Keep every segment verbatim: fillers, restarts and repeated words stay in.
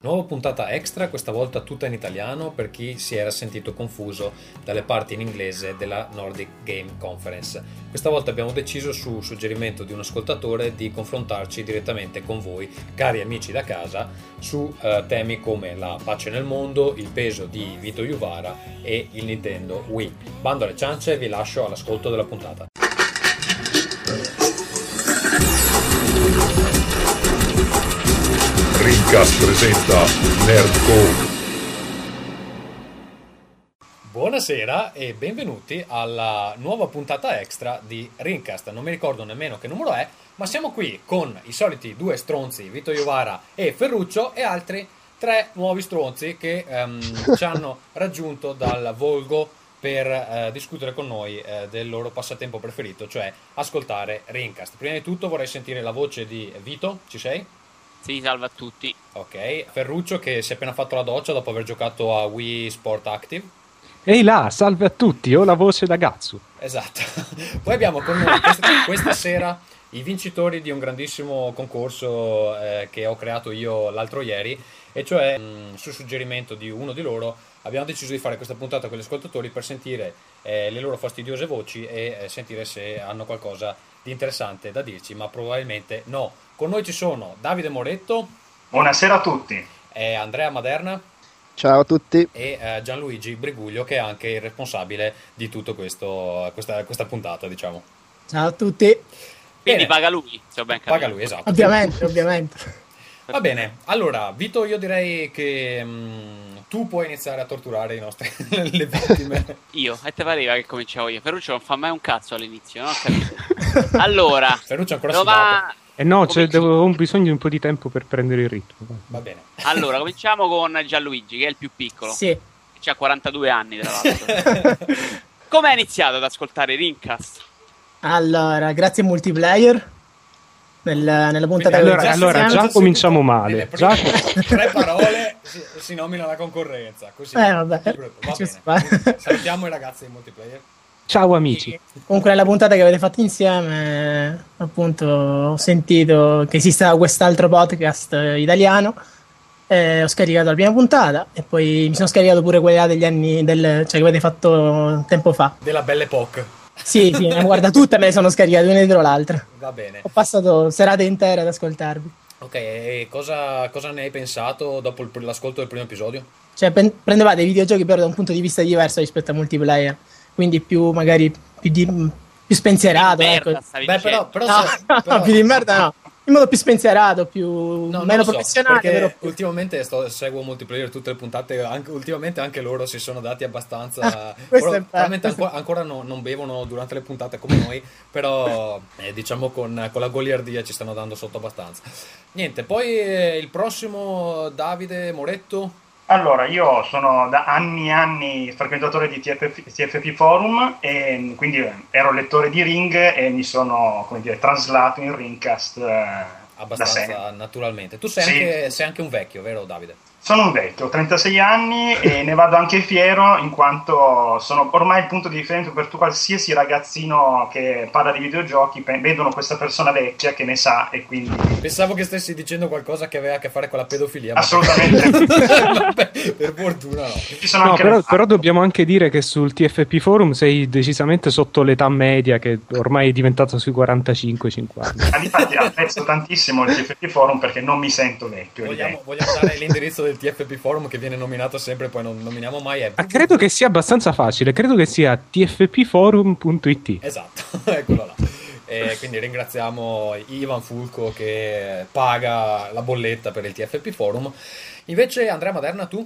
Nuova puntata extra, questa volta tutta in italiano per chi si era sentito confuso dalle parti in inglese della Nordic Game Conference. Questa volta abbiamo deciso, su suggerimento di un ascoltatore, di confrontarci direttamente con voi, cari amici da casa, su eh, temi come la pace nel mondo, il peso di Vito Juvara e il Nintendo Wii. Bando alle ciance, vi lascio all'ascolto della puntata. Rincast presenta Nerdcore. Buonasera e benvenuti alla nuova puntata extra di Rincast. Non mi ricordo nemmeno che numero è, ma siamo qui con i soliti due stronzi, Vito Juvara e Ferruccio, e altri tre nuovi stronzi che um, ci hanno raggiunto dal Volgo per eh, discutere con noi eh, del loro passatempo preferito, cioè ascoltare Rincast. Prima di tutto vorrei sentire la voce di Vito. Ci sei? Sì, salve a tutti. Ok, Ferruccio che si è appena fatto la doccia dopo aver giocato a Wii Sport Active. Ehi là, salve a tutti, ho la voce da Gatsu. Esatto. Poi abbiamo con noi questa, questa sera i vincitori di un grandissimo concorso eh, che ho creato io l'altro ieri, e cioè mh, su suggerimento di uno di loro abbiamo deciso di fare questa puntata con gli ascoltatori per sentire eh, le loro fastidiose voci e eh, sentire se hanno qualcosa di interessante da dirci, ma probabilmente no. Con noi ci sono Davide Moretto. Buonasera a tutti. E Andrea Maderna. Ciao a tutti. E eh, Gianluigi Briguglio, che è anche il responsabile di tutto questo, questa, questa puntata, diciamo. Ciao a tutti. Quindi paga lui, se ho ben capito. Paga lui, esatto. Ovviamente, ovviamente. Va bene, allora Vito, io direi che mh, tu puoi iniziare a torturare i nostri le vittime. Io? E te pareva che cominciavo io? Ferruccio non fa mai un cazzo all'inizio, no? Capito? Allora, Ferruccio ancora dova... sudato. Eh no, c'è, devo, ho bisogno di un po' di tempo per prendere il ritmo. Va bene. Allora, cominciamo con Gianluigi, che è il più piccolo. Sì. Che ha quarantadue anni, tra l'altro. Come hai iniziato ad ascoltare Rincast? Allora, grazie a Multiplayer. Nel, nella puntata Quindi, che allora, allora già cominciamo male. Già... Tre parole si, si nomina la concorrenza. Così. Eh, vabbè. Va bene. Salutiamo i ragazzi di Multiplayer. Ciao amici. Comunque nella puntata che avete fatto insieme, appunto, ho sentito che esisteva quest'altro podcast italiano, e ho scaricato la prima puntata e poi mi sono scaricato pure quella degli anni del, cioè che avete fatto tempo fa. Della Belle Époque. Sì, sì, ne guarda tutte, me le sono scaricate una dietro l'altra. Va bene. Ho passato serate intere ad ascoltarvi. Ok, e cosa, cosa ne hai pensato dopo il, l'ascolto del primo episodio? Cioè pen- prendevate i videogiochi però da un punto di vista diverso rispetto a Multiplayer, quindi più magari più, di, più spensierato, Merda, ecco. stavi Beh, però, dicendo. però, No, se, no, però più di merda no, in modo più spensierato, più no, non meno lo so, professionale, perché però più... ultimamente sto, seguo Multiplayer tutte le puntate, anche, ultimamente anche loro si sono dati abbastanza Ah, questo però, è probabilmente questo... ancora, ancora no, non bevono durante le puntate come noi, però eh, diciamo con, con la goliardia ci stanno dando sotto abbastanza. Niente, poi eh, il prossimo Davide Moretto. Allora, io sono da anni e anni frequentatore di T F P, T F P Forum, e quindi ero lettore di Ring e mi sono, come dire, traslato in Ringcast eh, Abbastanza naturalmente. Tu sei, sì. anche, sei anche un vecchio, vero Davide? Sono un vecchio, ho trentasei anni e ne vado anche fiero, in quanto sono ormai il punto di riferimento per tu, qualsiasi ragazzino che parla di videogiochi, pe- vedono questa persona vecchia che ne sa, e quindi... Pensavo che stessi dicendo qualcosa che aveva a che fare con la pedofilia. Assolutamente. Ma... Vabbè, per fortuna no. Ci sono No, anche però, le... però dobbiamo anche dire che sul T F P Forum sei decisamente sotto l'età media, che ormai è diventata sui quarantacinque cinquanta. Ah, infatti apprezzo tantissimo il T F P Forum perché non mi sento vecchio. Vogliamo, vogliamo dare l'indirizzo del T F P Forum, che viene nominato sempre, poi non nominiamo mai. È... Ah, credo che sia abbastanza facile, credo che sia t f p forum punto i t. Esatto, eccolo là. E quindi ringraziamo Ivan Fulco che paga la bolletta per il T F P Forum. Invece Andrea Maderna, tu?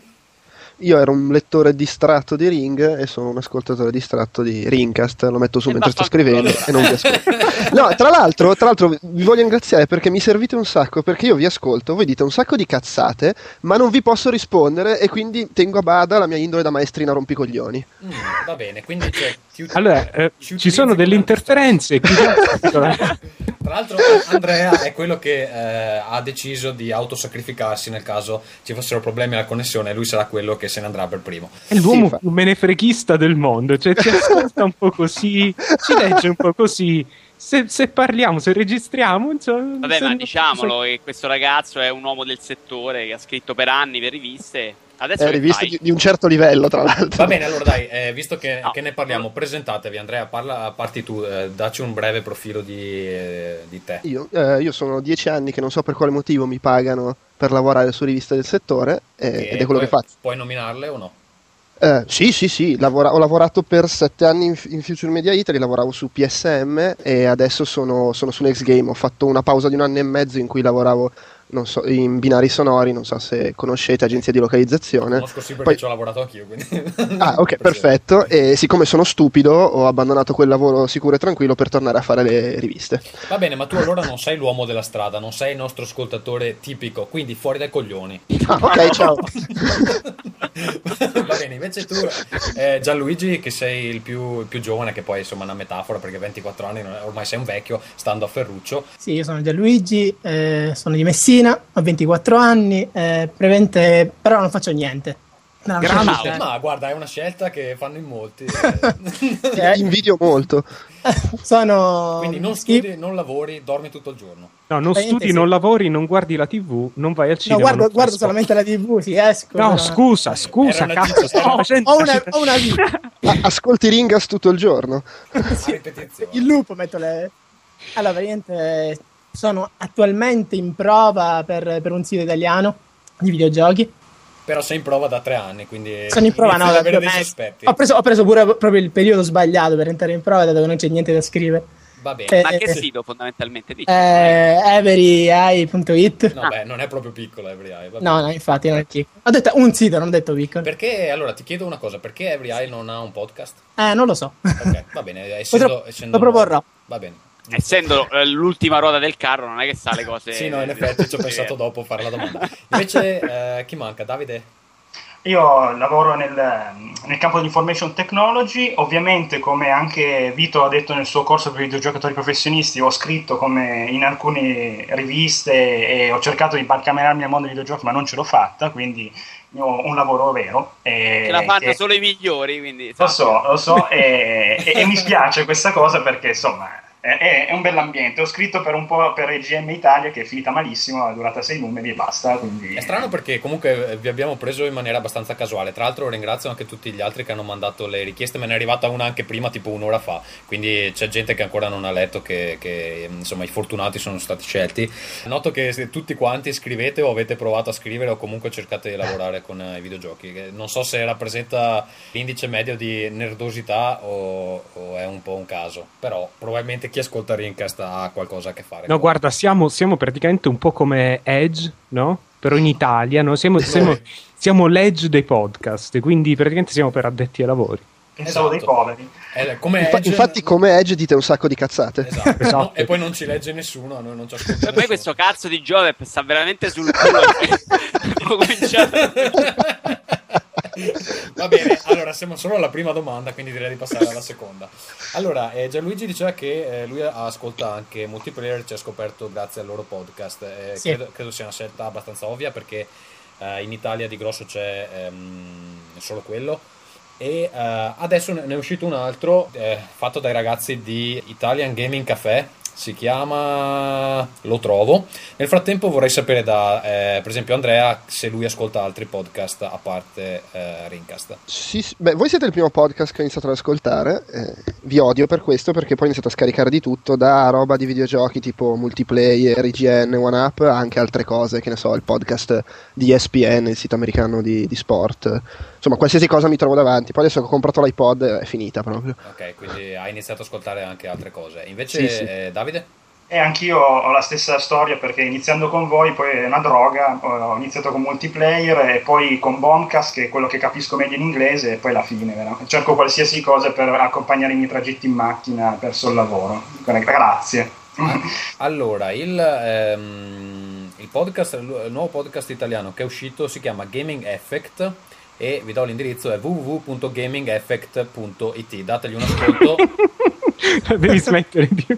Io ero un lettore distratto di Ring e sono un ascoltatore distratto di Ringcast. Lo metto su E mentre sto basta, scrivendo allora. e non vi ascolto. No, tra l'altro, tra l'altro vi voglio ringraziare perché mi servite un sacco, perché io vi ascolto, voi dite un sacco di cazzate, ma non vi posso rispondere e quindi tengo a bada la mia indole da maestrina rompicoglioni. Mm, va bene, quindi cioè, ti ut- Allora, eh, ci ci sono utilizzi delle come interferenze. chiudiamo subito la- Tra l'altro Andrea è quello che eh, ha deciso di autosacrificarsi nel caso ci fossero problemi alla connessione, lui sarà quello che se ne andrà per primo. È l'uomo Sì, più menefreghista del mondo, cioè ci ascolta un po' così, ci legge un po' così. Se, se parliamo, se registriamo, insomma, Vabbè, ma se- diciamolo che questo ragazzo è un uomo del settore che ha scritto per anni per riviste. Adesso Eh, che riviste fai? di, di un certo livello, tra l'altro. Va bene, allora dai, eh, visto che, No. che ne parliamo, presentatevi. Andrea, parla, parti tu, eh, dacci un breve profilo di, eh, di te. Io, eh, io sono dieci anni che non so per quale motivo mi pagano per lavorare su riviste del settore eh, E ed è quello puoi, che faccio. Puoi nominarle o no? Eh, sì, sì, sì, lavora- ho lavorato per sette anni in, in Future Media Italy, lavoravo su P S M e adesso sono, sono su Next Game. Ho fatto una pausa di un anno e mezzo in cui lavoravo non so, in binari sonori, non so se conoscete, agenzia di localizzazione. Conosco sì perché Poi- ci ho lavorato anch'io. Quindi... Ah, ok, perfetto. E siccome sono stupido, ho abbandonato quel lavoro sicuro e tranquillo per tornare a fare le riviste. Va bene, ma tu allora non sei l'uomo della strada, non sei il nostro ascoltatore tipico, quindi fuori dai coglioni. Ah, ok, ciao. Va bene, invece tu, eh, Gianluigi, che sei il più, il più giovane, che poi insomma è una metafora perché ventiquattro anni, non è- ormai sei un vecchio, stando a Ferruccio. Sì, io sono Gianluigi, eh, sono di Messina, ho ventiquattro anni, eh, prevente, però non faccio niente. No, non Grande. faccio niente. Ma guarda, è una scelta che fanno in molti. Eh, Invidio molto. sono Quindi non sì, studi, non lavori, dormi tutto il giorno. No, non Praticamente studi, sì. non lavori, non guardi la tivù, non vai al no, cinema. guardo, non fai guardo sport. solamente la tivù, sì, esco. No, però- scusa, scusa, Era una cazzo, cita- stavo ho- facendo Ho una, ho una vita. A- ascolti Ringas tutto il giorno. A ripetizione. Il lupo metto le... Allora, praticamente sono attualmente in prova per, per un sito italiano di videogiochi. Però sei in prova da tre anni, quindi Sono in prova, no, inizi ad da avere due dei mesi. sospetti. Ho preso, ho preso pure proprio il periodo sbagliato per entrare in prova, dato che non c'è niente da scrivere. Va bene. Eh, Ma che eh, sito fondamentalmente dici? Eh, everyeye punto it. No, beh, non è proprio piccolo Every Eye. va No, bene. no, infatti non è piccolo. Ho detto un sito, non ho detto piccolo. Perché, allora, ti chiedo una cosa, perché Every Eye non ha un podcast? Eh, non lo so. Ok, va bene, essendo... Lo, tro- essendo lo proporrò. Va bene. Essendo eh, l'ultima ruota del carro, non è che sa le cose. Sì, no, in effetti ci ho pensato dopo a fare la domanda. Invece, eh, chi manca? Davide? Io lavoro nel, nel campo dell'information technology, ovviamente come anche Vito ha detto nel suo corso per videogiocatori professionisti, ho scritto come in alcune riviste e ho cercato di barcamerarmi al mondo dei videogiochi ma non ce l'ho fatta, quindi io ho un lavoro vero. E, Ce la fanno che- solo i migliori, quindi. Lo so, lo so e, e- e mi spiace questa cosa perché insomma è, è un bell'ambiente. Ho scritto per un po' per G M Italia che è finita malissimo, è durata sei numeri e basta. Quindi... È strano perché comunque eh, vi abbiamo preso in maniera abbastanza casuale. Tra l'altro ringrazio anche tutti gli altri che hanno mandato le richieste. Me ne è arrivata una anche prima, tipo un'ora fa. Quindi c'è gente che ancora non ha letto che, che insomma i fortunati sono stati scelti. Noto che se tutti quanti scrivete o avete provato a scrivere o comunque cercate di lavorare con eh, i videogiochi. Che non so se rappresenta l'indice medio di nerdosità o, o è un po' un caso. Però probabilmente chi ascolta Rincast ha qualcosa a che fare. No, con- guarda, siamo, siamo praticamente un po' come Edge, no? Però in Italia, no? Siamo, siamo, siamo l'Edge dei podcast, quindi praticamente siamo per addetti ai lavori. Pensavo Esatto. dei poveri. È come Infa- Edge- infatti, come Edge dite un sacco di cazzate. Esatto. Esatto. No, e poi non ci legge nessuno, a noi non ci ascolta Per me nessuno. questo cazzo di Joseph sta veramente sul culo. Devo cominciare. Va bene, allora siamo solo alla prima domanda, quindi direi di passare alla seconda. Allora, eh, Gianluigi diceva che eh, lui ascolta anche Multiplayer, ci ha scoperto grazie al loro podcast. Eh, Sì. credo, credo sia una scelta abbastanza ovvia perché eh, in Italia di grosso c'è ehm, solo quello. E eh, adesso ne è uscito un altro eh, fatto dai ragazzi di Italian Gaming Café. Si chiama Lo Trovo. Nel frattempo vorrei sapere da eh, per esempio Andrea se lui ascolta altri podcast a parte eh, Rincast. Sì, sì. Beh, voi siete il primo podcast che ho iniziato ad ascoltare, eh, vi odio per questo perché poi ho iniziato a scaricare di tutto, da roba di videogiochi tipo Multiplayer, I G N, One Up, anche altre cose, che ne so, il podcast di E S P N, il sito americano di, di sport, insomma qualsiasi cosa mi trovo davanti. Poi adesso che ho comprato l'iPod è finita proprio. Ok, quindi hai iniziato ad ascoltare anche altre cose. Invece Sì, sì. eh, Davide? E anch'io ho la stessa storia perché iniziando con voi poi è una droga, ho iniziato con Multiplayer e poi con Boncast che è quello che capisco meglio in inglese e poi la fine, vero? Cerco qualsiasi cosa per accompagnare i miei tragitti in macchina verso il lavoro. Grazie. Allora, il, ehm, il podcast, il nuovo podcast italiano che è uscito si chiama Gaming Effect e vi do l'indirizzo, è w w w punto gaming effect punto i t. Dategli un ascolto. Devi smettere di...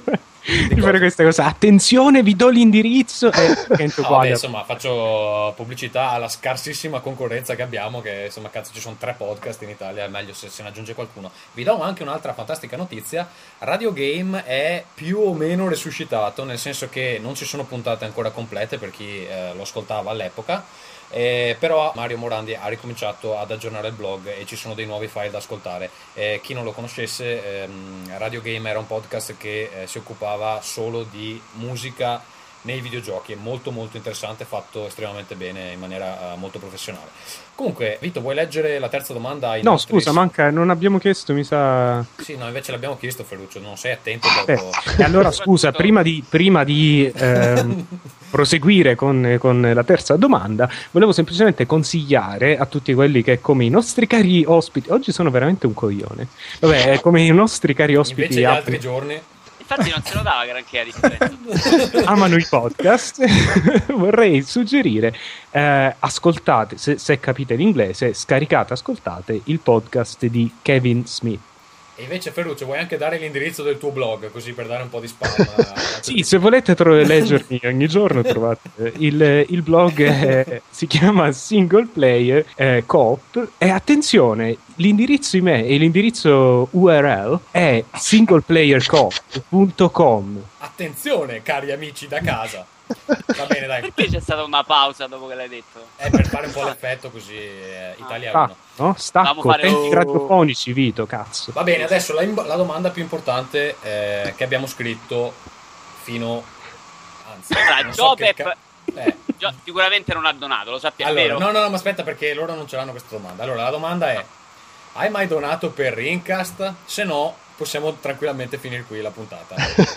di fare questa cosa. Attenzione, vi do l'indirizzo. E no, vabbè, insomma, faccio pubblicità alla scarsissima concorrenza che abbiamo, che insomma, cazzo, ci sono tre podcast in Italia, è meglio se se ne aggiunge qualcuno. Vi do anche un'altra fantastica notizia: Radio Game è più o meno resuscitato, nel senso che non ci sono puntate ancora complete per chi eh, lo ascoltava all'epoca. Eh, però Mario Morandi ha ricominciato ad aggiornare il blog e ci sono dei nuovi file da ascoltare. Eh, chi non lo conoscesse, ehm, Radio Game era un podcast che eh, si occupava solo di musica nei videogiochi, è molto molto interessante, fatto estremamente bene in maniera uh, molto professionale. Comunque, Vito, vuoi leggere la terza domanda? Ai no, nostri... scusa, manca, non abbiamo chiesto, mi sa... Sì, no, invece l'abbiamo chiesto, Ferruccio, non sei attento eh, dopo... E allora, scusa, prima di, prima di ehm, proseguire con, con la terza domanda, volevo semplicemente consigliare a tutti quelli che, come i nostri cari ospiti, oggi sono veramente un coglione, vabbè, come i nostri cari ospiti... Invece gli altri giorni... Infatti non se lo dava granché a differenza. Amano i podcast. Vorrei suggerire, eh, ascoltate, se, se capite l'inglese, scaricate, ascoltate il podcast di Kevin Smith. E invece, Ferruccio, vuoi anche dare l'indirizzo del tuo blog, così per dare un po' di spam? A, a sì, se volete tro- leggermi ogni giorno, trovate il, il blog è, si chiama Single Player eh, Coop, e attenzione, l'indirizzo email e l'indirizzo U R L è singleplayercoop punto com. Attenzione, cari amici da casa. Va bene, dai. Perché c'è stata una pausa dopo che l'hai detto? È per fare un po' l'effetto così eh, italiano. Ah, no? Stacco, fare... tempi radiofonici, Vito, cazzo. Va bene, adesso la, la domanda più importante eh, che abbiamo scritto fino... Anzi, allora, non so che Jopep ca- eh. Gio- sicuramente non ha donato, lo sappiamo, Allora, vero? no, no, no, ma aspetta, perché loro non ce l'hanno questa domanda. Allora, la domanda è: hai mai donato per Rincast? Se no, possiamo tranquillamente finire qui la puntata.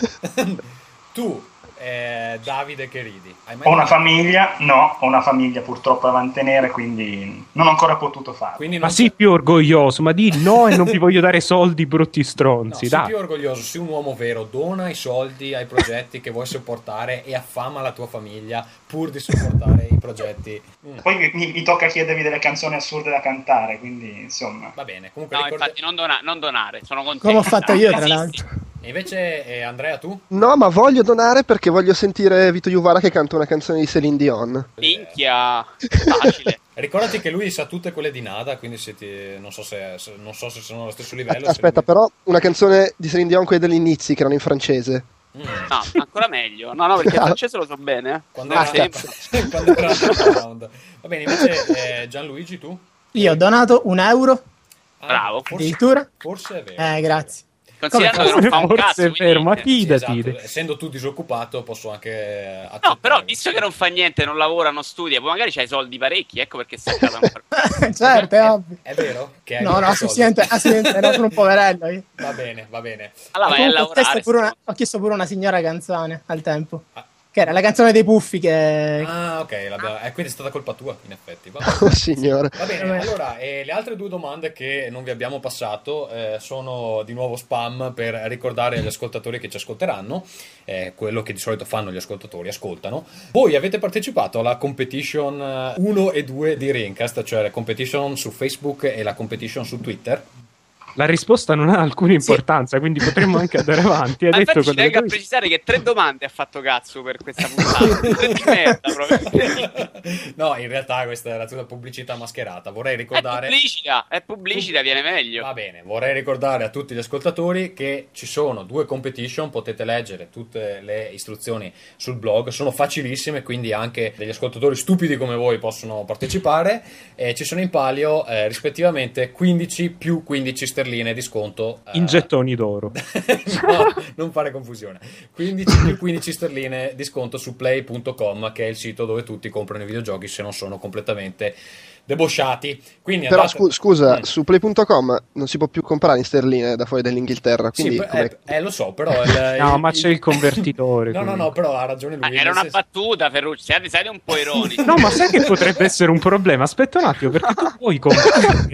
Tu, eh, Davide che ridi, hai mai Ho una donato? famiglia? No, ho una famiglia purtroppo da mantenere, quindi non ho ancora potuto farlo. Quindi Ma non sii c'è- più orgoglioso, ma di no e non vi voglio dare soldi brutti No, stronzi, sii dai. più orgoglioso, sii un uomo vero, dona i soldi ai progetti che vuoi supportare e affama la tua famiglia pur di supportare i progetti. Mm, Poi mi, mi- mi tocca chiedervi delle canzoni assurde da cantare, quindi insomma. va bene, comunque No, ricorda- infatti non, dona- non donare, sono contento. Come ho fatto io, tra Esisti. l'altro. E invece eh, Andrea, tu? No, ma voglio donare perché voglio sentire Vito Juvara che canta una canzone di Celine Dion. Minchia, facile. Ricordati che lui sa tutte quelle di Nada, quindi se ti... non, so se, se- non so se sono allo stesso livello. Aspetta, se... però, una canzone di Celine Dion, quelle degli inizi, che erano in francese. Mm. No, ancora meglio. No, no, perché il francese lo so bene. eh. Quando Ah, era, sempre. quando era underground. Va bene, invece eh, Gianluigi, tu? Io ho donato un euro, Ah, Bravo. Forse, addirittura. forse è vero. Eh, grazie. Considerando che non fa un Forse cazzo, è vero, ma quindi- Sì, fidati. esatto. Essendo tu disoccupato posso anche eh, accettare. No, però visto che non fa niente, non lavora, non studia, poi magari c'hai soldi parecchi, ecco perché sei a casa ancora. Certo, è ovvio. È vero? Che hai No, no, molti soldi? assolutamente, assolutamente, no, sono un poverello io. Va bene, va bene. Allora vai a Comunque, ho, chiesto lavorare. pure una, ho chiesto pure una signora canzone al tempo, Ah. che era la canzone dei Puffi che... Ah, ok, l'abbiamo- eh, quindi è stata colpa tua, in effetti. Va Oh signore. Va bene, allora eh, le altre due domande che non vi abbiamo passato eh, sono di nuovo spam per ricordare agli ascoltatori che ci ascolteranno, eh, quello che di solito fanno gli ascoltatori, ascoltano. Voi avete partecipato alla competition eh, uno e due di Rincast, cioè la competition su Facebook e la competition su Twitter. La risposta non ha alcuna importanza, quindi potremmo anche andare avanti. Ha Ma detto infatti ci quello tengo a che precisare che tre domande ha fatto cazzo per questa puntata. Tre di merda, proprio. No, in realtà questa era tutta pubblicità mascherata. Vorrei È ricordare... pubblicità, è pubblicità, viene meglio. Va bene, vorrei ricordare a tutti gli ascoltatori che ci sono due competition, potete leggere tutte le istruzioni sul blog, sono facilissime, quindi anche degli ascoltatori stupidi come voi possono partecipare, e ci sono in palio eh, rispettivamente quindici più quindici sterline di sconto. eh, in gettoni d'oro. no, non fare confusione. quindici più quindici sterline di sconto su play punto com, che è il sito dove tutti comprano i videogiochi se non sono completamente debosciati. Quindi Però andate- scu- scusa, Mm. su play punto com non si può più comprare in sterline da fuori dell'Inghilterra, quindi Sì, com'è? eh, eh, lo so, però il- No, il- ma c'è il convertitore. No, no, quindi. no, però ha ragione lui. Ah, era nel una senso- battuta, Ferruccio. Siete, siete un po' ironici. No, ma sai che potrebbe essere un problema? Aspetta un attimo, perché tu puoi comprare.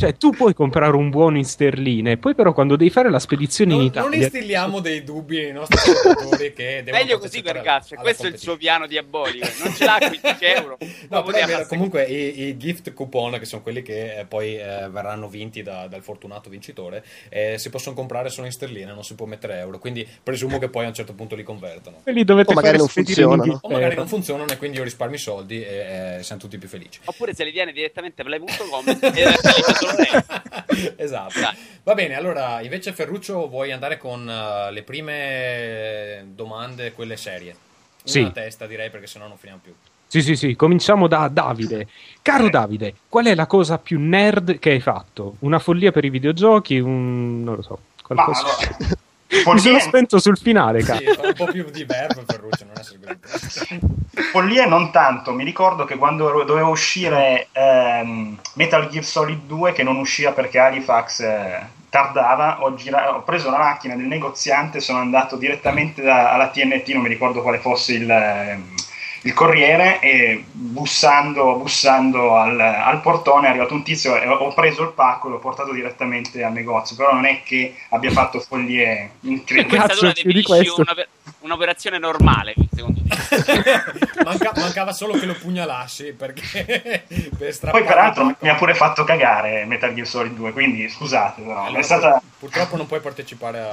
Cioè, tu puoi comprare un buono in sterline, poi però quando devi fare la spedizione Non, in non Italia... instilliamo dei dubbi nei nostri ascoltatori che devono Meglio così per partecipare cazzo, alla questo è il suo competizione. piano diabolico. Non ce l'ha quindici euro. No, però è vero, comunque i, i gift coupon, che sono quelli che eh, poi eh, verranno vinti da- dal fortunato vincitore, eh, si possono comprare solo in sterline, non si può mettere euro, quindi presumo che poi a un certo punto li convertano. E li dovete O magari fare non spedire in funzionano. O magari Inghilterra. non funzionano e quindi io risparmio i soldi e eh, siamo tutti più felici. Oppure se li viene direttamente play punto com e realizza solo lei. Esatto. Dai. Va bene, allora invece Ferruccio vuoi andare con eh, le prime domande, quelle serie? Una Sì. a testa direi, perché sennò non finiamo più. Sì, sì, sì, cominciamo da Davide. Caro Davide, qual è la cosa più nerd che hai fatto? Una follia per i videogiochi? Un... non lo so, Ma qualcosa... allora, Mi sono follie, spento sul finale, caro. Sì, fa un po' più di verbo Ferruccio, non essere così. follie non tanto. Mi ricordo che quando ero- doveva uscire ehm, Metal Gear Solid due, che non usciva perché Halifax eh, tardava, ho, gira- ho preso la macchina del negoziante, sono andato direttamente da- alla T N T, non mi ricordo quale fosse il, ehm, il corriere, e bussando, bussando al, al portone è arrivato un tizio e ho ho preso il pacco e l'ho portato direttamente al negozio. Però non è che abbia fatto follie incredibili. Cazzo, Questa tu la più di definisci questo. una- un'operazione normale, secondo te? Manca- mancava solo che lo pugnalassi, perché per Poi strappare peraltro il mi ha pure fatto cagare Metal Gear Solid due, quindi scusate, però Allora, è stata... purtroppo non puoi partecipare a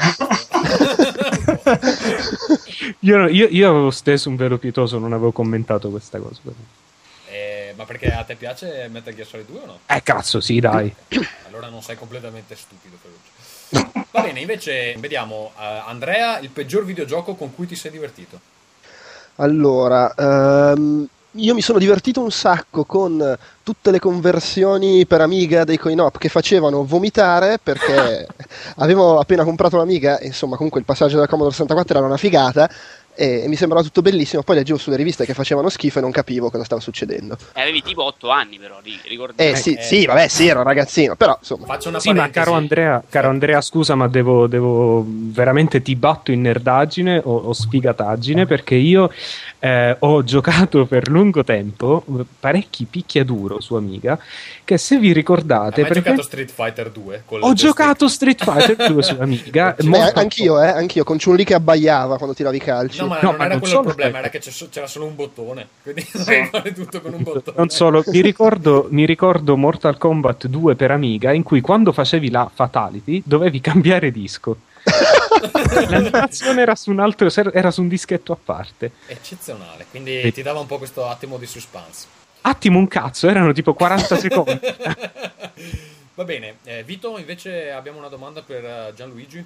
Io, io, io avevo steso un velo pietoso, non avevo commentato questa cosa. Eh, ma perché a te piace Metal Gear Solid due o no? Eh, cazzo, sì, dai. Allora non sei completamente stupido, Ferruccio. Va bene, invece vediamo eh, Andrea, il peggior videogioco con cui ti sei divertito. Allora, ehm, io mi sono divertito un sacco con tutte le conversioni per Amiga dei coin-op che facevano vomitare, perché avevo appena comprato l'Amiga e insomma comunque il passaggio della Commodore sessantaquattro era una figata e mi sembrava tutto bellissimo. Poi leggevo sulle riviste che facevano schifo e non capivo cosa stava succedendo. Eh, avevi tipo otto anni però, ri- ricordi? Eh sì, eh. sì, vabbè, sì, ero un ragazzino, però insomma. Faccio una Sì, ma parentesi. caro Andrea, caro Andrea, scusa, ma devo, devo veramente ti batto in nerdaggine o, o sfigataggine, perché io eh, ho giocato per lungo tempo parecchi picchiaduro su Amiga, che se vi ricordate... Hai mai perché giocato Street Fighter due? Con le ho joystick? giocato Street Fighter due su Amiga. Beh, molto- anch'io, eh, anch'io, con Chun-Li che abbaiava quando tiravi i calci. No, ma No, non ma era non quello il solo problema, questo. era che c'è- c'era solo un bottone. Quindi dovevi fare tutto con un bottone. Non solo, mi ricordo, mi ricordo Mortal Kombat due per Amiga, in cui quando facevi la Fatality dovevi cambiare disco. L'animazione era su un altro, era su un dischetto a parte. Eccezionale, quindi Sì. ti dava un po' questo attimo di suspense. Attimo un cazzo, erano tipo quaranta secondi. Va bene, eh, Vito, invece abbiamo una domanda per eh, Gianluigi.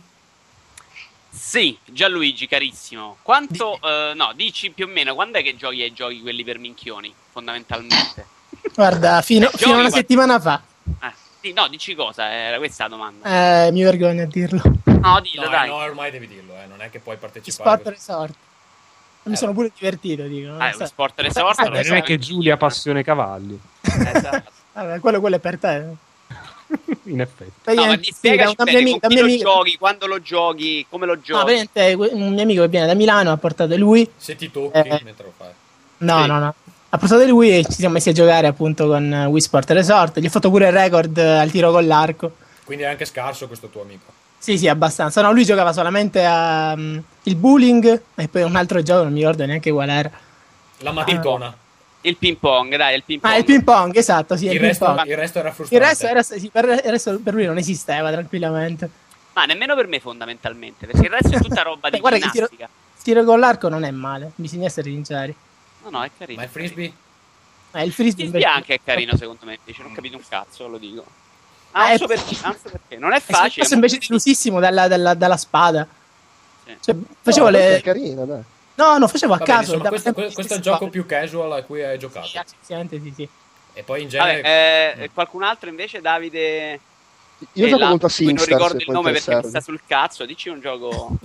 Sì, Gianluigi, carissimo. Quanto, eh, no, dici più o meno, quando è che giochi ai giochi quelli per minchioni, fondamentalmente? Guarda, fino, Giochi, fino a una guarda. settimana fa. Eh, sì, no, dici cosa, era questa la domanda. Eh, mi vergogno a dirlo. No, dillo, No, dai. eh, no, ormai devi dirlo, eh, non è che puoi partecipare. Sport a questo. Resort. Mi Eh, sono pure divertito, dico. non Eh, so. Sport Resort, Eh, lo Non è sai. che Giulia passione cavalli. Esatto. Vabbè, quello, quello è per te. In effetti. No, ma Eh, ti sì, spiegaci da un bene, mio amico- con da chi un lo mio amico- giochi, quando lo giochi, come lo No, giochi. veramente, un mio amico che viene da Milano ha portato lui. Se ti tocchi Eh. mentre lo fai. No, Sì. no, no. Ha portato lui e ci siamo messi a giocare appunto con eh, Wii Sport Resort. Gli ho fatto pure il record eh, al tiro con l'arco. Quindi è anche scarso questo tuo amico. Sì, sì, abbastanza. No, lui giocava solamente a mm, il bowling e poi un altro gioco, non mi ricordo neanche qual era. La maticona. Il ping pong, dai, il ping pong. Ah, il ping pong, esatto, sì, il, il, ping resto, pong. il resto era Il frustrante. resto, era, sì, per, il resto per lui non esisteva tranquillamente. Ma nemmeno per me fondamentalmente, perché il resto è tutta roba di Beh, guarda che il tiro, ginnastica. il tiro con l'arco non è male, bisogna essere sinceri. No, no, è carino. Ma il frisbee? Eh, il Il frisbee frisbee invece- anche è carino secondo me, invece non ho capito un cazzo, lo dico. Ah, Ah, non è- so perché, non so perché. Non è Eh, facile. questo invece è delusissimo dalla, dalla- dalla spada. Sì. Cioè, facevo No, le... è carino, dai. No, no, facevo a Va bene, caso. insomma, dava questo, sempre questo le è il stesse gioco spade. più casual a cui hai giocato. Sì, assolutamente sì, sì. E poi in genere... Vabbè, eh, qualcun altro invece, Davide... Io è gioco là, molto a di cui non SingStar, ricordo se il può nome perché mi interessarvi. sta sul cazzo, dici un gioco...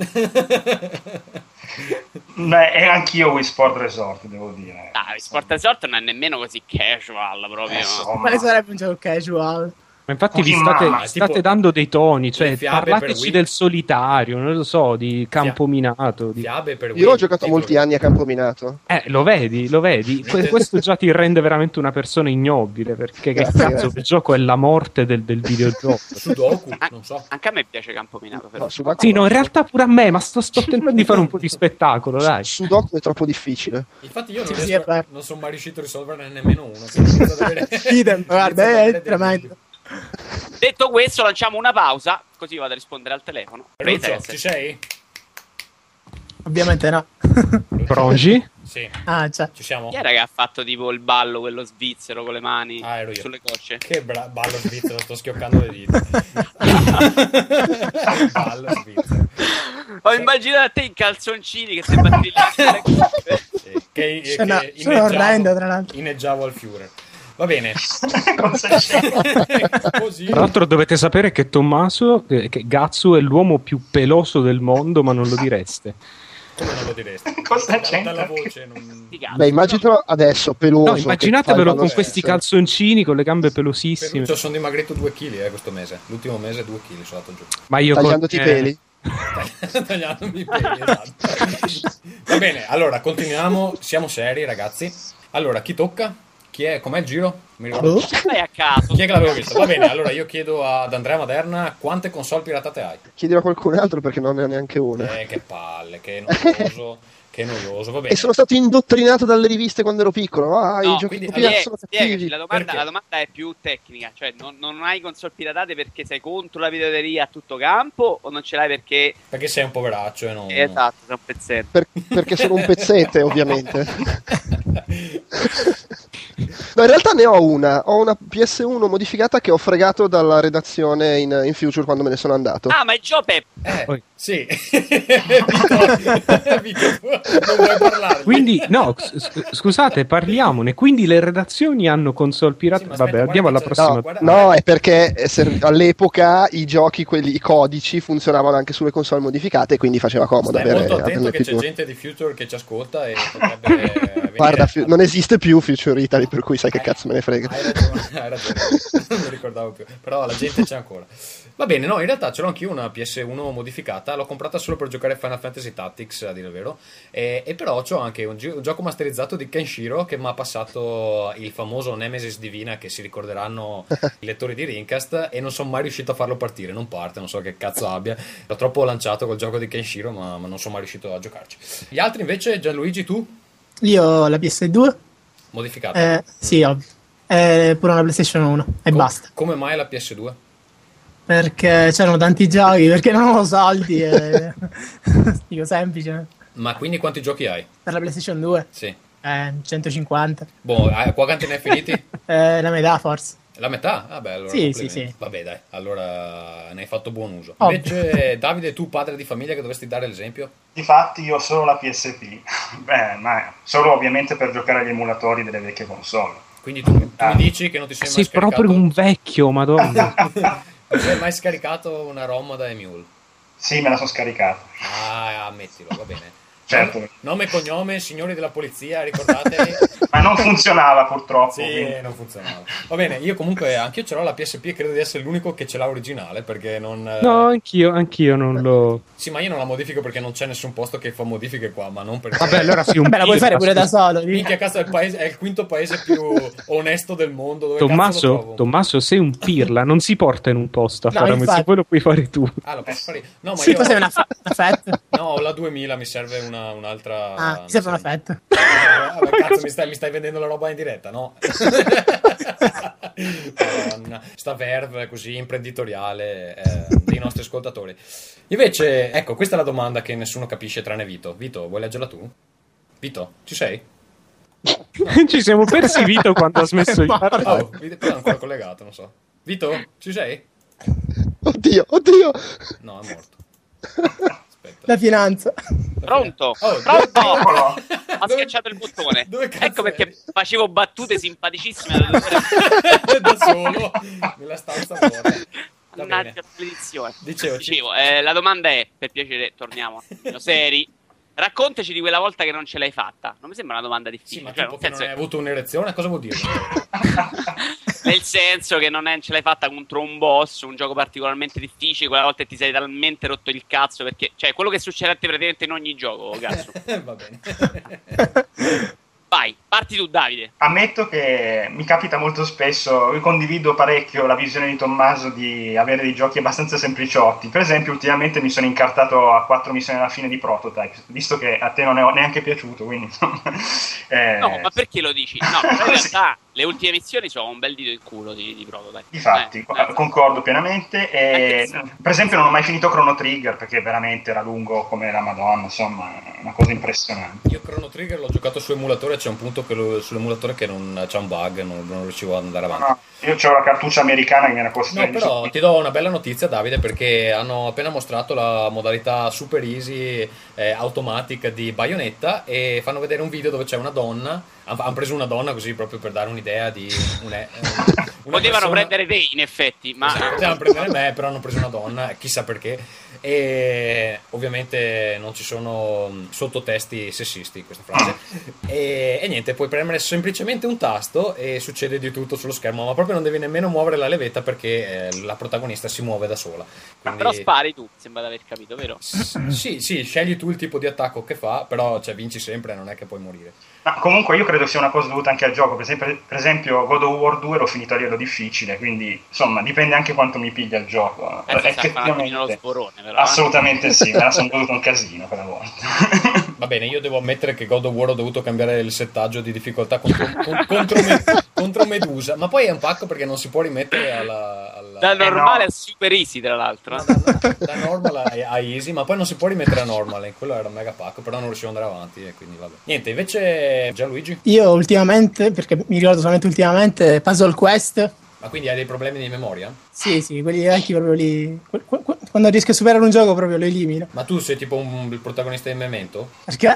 Beh, e anch'io Wii Sport Resort, devo dire. Ah, Sport Resort non è nemmeno così casual proprio. Eh, insomma. Quale sarebbe un gioco casual? Ma infatti vi Cooking state, Mama, state tipo dando dei toni, cioè le fiabe per parlateci Wii. del solitario, non lo so, di campo minato. Di... Fiabe per Io ho Wii, giocato titoli. molti anni a campo minato. Eh, lo vedi, lo vedi. Que- questo già ti rende veramente una persona ignobile, perché che Grazie, cazzo, grazie. il gioco è la morte del, del videogioco. Sudoku, Ah, non so. Anche a me piace Campo Minato, però. No, Sudoku, Sì, no, in realtà pure a me, ma sto, sto tentando di fare un po' di spettacolo, dai. Sudoku è troppo difficile. Infatti io non, Sì, sì, riesco- è vero. non sono mai riuscito a risolverne nemmeno uno. quindi inizio ad avere- Idem, inizio guarda, ad è avere dei tremendo. dubbi. Detto questo, lanciamo una pausa, così vado a rispondere al telefono. Ferruccio, Rete, ci sei? Ovviamente no. Prongi? Sì, Ah, cioè. ci siamo? Chi era che ha fatto tipo il ballo, quello svizzero con le mani Ah, ero io. sulle cosce? Che bra- ballo svizzero, sto schioccando le dita. Ballo svizzero. Ho immaginato a te in calzoncini che stai battigliando. Sì, che, che Sono, sono inneggiavo- orrendo, tra l'altro. inneggiavo al Führer. Va bene. Cosa c'è? Così. Tra l'altro dovete sapere che Tommaso, eh, che Gatsu è l'uomo più peloso del mondo, ma non lo direste. Come non lo diresti? Cosa Da- c'entra? Dalla voce non... Sti cazzi. Beh, immaginatelo adesso, peloso. No, che immaginatevelo fa il con ballo questi stesso. calzoncini con le gambe pelosissime. Ferruccio, sono dimagrito due chili eh, questo mese. L'ultimo mese due chili sono andato giù. Ma io con- Tagliandoti i eh, peli. Tagliandomi i peli, esatto. Va bene, allora continuiamo. Siamo seri, ragazzi. Allora, chi tocca? Chi è? Com'è il giro? Mi ricordo. Boh. Vai a caso. Chi è che l'avevo visto? Va bene, allora io chiedo ad Andrea Maderna quante console piratate hai? Chiedilo a qualcun altro perché non ne ha neanche una. Eh, che palle, che noioso, che noioso, va bene. E sono stato indottrinato dalle riviste quando ero piccolo. Ah, No, i giochi quindi- copiati Spie- sono spiegaci, cattivi. la domanda, Perché? la domanda è più tecnica, cioè non, non hai console piratate perché sei contro la videoteria a tutto campo o non ce l'hai perché Perché sei un poveraccio e non... esatto, sei un pezzetto. Per- perché sono un pezzete, ovviamente. No, in realtà ne ho una. Ho una P S uno modificata che ho fregato dalla redazione in, in Future quando me ne sono andato. Ah, ma è Joe Pep. Eh, Poi- sì. Vito, Vito, non vuoi parlare? Quindi, no, s- scusate, parliamone. Quindi le redazioni hanno console pirata. Sì, ma Vabbè, aspetta, andiamo alla guarda che c'è- prossima. guarda- No, è perché eh, ser- all'epoca i giochi, quelli, i codici funzionavano anche sulle console modificate, quindi faceva comodo Stai avere, molto attento averne che più c'è di una. gente di Future che ci ascolta e potrebbe venire Guarda, a- fi- non esiste più Future Italy, per cui sai che cazzo me ne frega. Hai ragione, hai ragione. Non mi ricordavo più. Però la gente c'è ancora. Va bene, no, in realtà ce l'ho anch'io una P S uno modificata. L'ho comprata solo per giocare Final Fantasy Tactics, a dire il vero. E, e però c'ho anche un, gi- un gioco masterizzato di Kenshiro che mi ha passato il famoso Nemesis Divina, che si ricorderanno i lettori di Rincast. E non sono mai riuscito a farlo partire. Non parte, non so che cazzo abbia. L'ho troppo lanciato col gioco di Kenshiro, ma, ma non sono mai riuscito a giocarci. Gli altri invece, Gianluigi, tu? Io ho la P S due. Modificata. Eh, sì, ovvio. E pure una PlayStation uno. E Com- basta. Come mai la P S due? Perché c'erano tanti giochi, perché non avevo soldi. E... Dico semplice. Ma quindi quanti giochi hai? Per la PlayStation due. Sì. Eh, centocinquanta. Boh, eh, qua quanti ne hai finiti? Eh, la metà forse. La metà? Vabbè, allora Sì, complimenti. sì, sì. Vabbè, dai, allora ne hai fatto buon uso. Ovvio. Invece, Davide, tu padre di famiglia che dovresti dare l'esempio? Difatti io ho solo la P S P. Beh, ma solo ovviamente per giocare agli emulatori delle vecchie console. Quindi tu, tu mi dici che non ti sei mai Sei scaricato... proprio un vecchio, madonna. Non sei mai scaricato una ROM da Emule? Sì, me la sono scaricata. Ah, ammettilo, va bene. Certo. Nome, nome e cognome, signori della polizia, ricordatevi. Ma non funzionava purtroppo. Sì, quindi. non funzionava. Va bene, io comunque anch'io ce l'ho la P S P e credo di essere l'unico che ce l'ha originale perché non... eh, No, anch'io, anch'io non lo. Sì, ma io non la modifico perché non c'è nessun posto che fa modifiche qua, ma non perché... Vabbè, allora sì, un Beh, la puoi pirla, fare pure da solo. di- Minchia, cazzo, è il, paese, è il quinto paese più onesto del mondo. Dove cazzo lo Tommaso, trovo? Tommaso, sei un pirla, non si porta in un posto a No, fare infatti. se poi lo puoi fare tu. Ah, lo posso fare io? No, ma Sì, io... cos'è una, fa- una fetta? No, ho la duemila, mi serve una, un'altra... Ah, mi serve una fetta. Eh, vabbè, cazzo, mi stai, mi stai vendendo la roba in diretta, no? Madonna, sta verve così imprenditoriale eh, dei nostri ascoltatori. Invece, ecco, questa è la domanda che nessuno capisce tranne Vito. Vito, vuoi leggerla tu? Vito, ci sei? Ci siamo persi Vito quando ha smesso di parlare. Oh, Vito però è ancora collegato, non so. Vito, ci sei? Oddio, oddio. No, è morto. Aspetta. La finanza. Pronto? Oh, Pronto? Eccolo. Ha Dove- schiacciato il bottone. dove cazzo Ecco perché è? facevo battute simpaticissime da due Da solo nella stanza vuota. Va bene. Mannaggia maledizione. Dicevo, ci- Dicevo, eh, la domanda è, per piacere, torniamo no, seri. Raccontaci di quella volta che non ce l'hai fatta. Non mi sembra una domanda Sì, difficile. ma cioè, tipo nel che non senso hai avuto un'erezione, cosa vuol dire? Nel senso che non è, ce l'hai fatta contro un boss, un gioco particolarmente difficile, quella volta ti sei talmente rotto il cazzo, perché, cioè, quello che succede a te praticamente in ogni gioco, cazzo. Va bene. Vai, parti tu, Davide. Ammetto che mi capita molto spesso, io condivido parecchio la visione di Tommaso di avere dei giochi abbastanza sempliciotti. Per esempio, ultimamente mi sono incartato a quattro missioni alla fine di Prototype, visto che a te non è neanche piaciuto, quindi insomma... Eh... No, ma perché lo dici? No, però in realtà le ultime missioni sono un bel dito in culo di, di Prototype. Difatti, eh, eh, concordo pienamente. E, sì. Per esempio non ho mai finito Chrono Trigger, perché veramente era lungo come la Madonna, insomma, è una cosa impressionante. Io Chrono Trigger l'ho giocato su emulatore, c'è un punto che lo, sull'emulatore che non c'è un bug, non, non riuscivo ad andare avanti. No, no, io c'ho la cartuccia americana che mi era costretto. No, però ti do una bella notizia, Davide, perché hanno appena mostrato la modalità super easy eh, automatica di Bayonetta e fanno vedere un video dove c'è una donna. Hanno preso una donna così proprio per dare un'idea di un, una potevano persona... prendere te in effetti, ma esatto, potevano prendere me, però hanno preso una donna, chissà perché. E ovviamente non ci sono sottotesti sessisti in questa frase. E, e niente, puoi premere semplicemente un tasto e succede di tutto sullo schermo, ma proprio non devi nemmeno muovere la levetta perché eh, la protagonista si muove da sola. Quindi... però spari tu, sembra di aver capito, vero? Sì, sì, scegli tu il tipo di attacco che fa, però cioè, vinci sempre, non è che puoi morire. Ma comunque io credo sia una cosa dovuta anche al gioco. Per esempio, per esempio God of War due l'ho finito a livello difficile, quindi insomma dipende anche quanto mi piglia il gioco. Eh, effettivamente lo sporone, però, assolutamente eh? Sì, me la sono goduto un casino quella volta. Va bene, io devo ammettere che God of War ho dovuto cambiare il settaggio di difficoltà contro, con, contro, me, contro Medusa, ma poi è un pacco perché non si può rimettere alla, alla... da normale eh no. a super easy, tra l'altro. No, da, da normal a, a easy, ma poi non si può rimettere a normal, e quello era un mega pacco, però non riuscivo ad andare avanti e quindi vabbè. Niente, invece Gianluigi? Io ultimamente, perché mi ricordo solamente ultimamente, Puzzle Quest. Ma quindi hai dei problemi di memoria? Sì, sì, quelli vecchi proprio lì. Quando riesco a superare un gioco proprio lo elimino. Ma tu sei tipo un, il protagonista di Memento? Perché?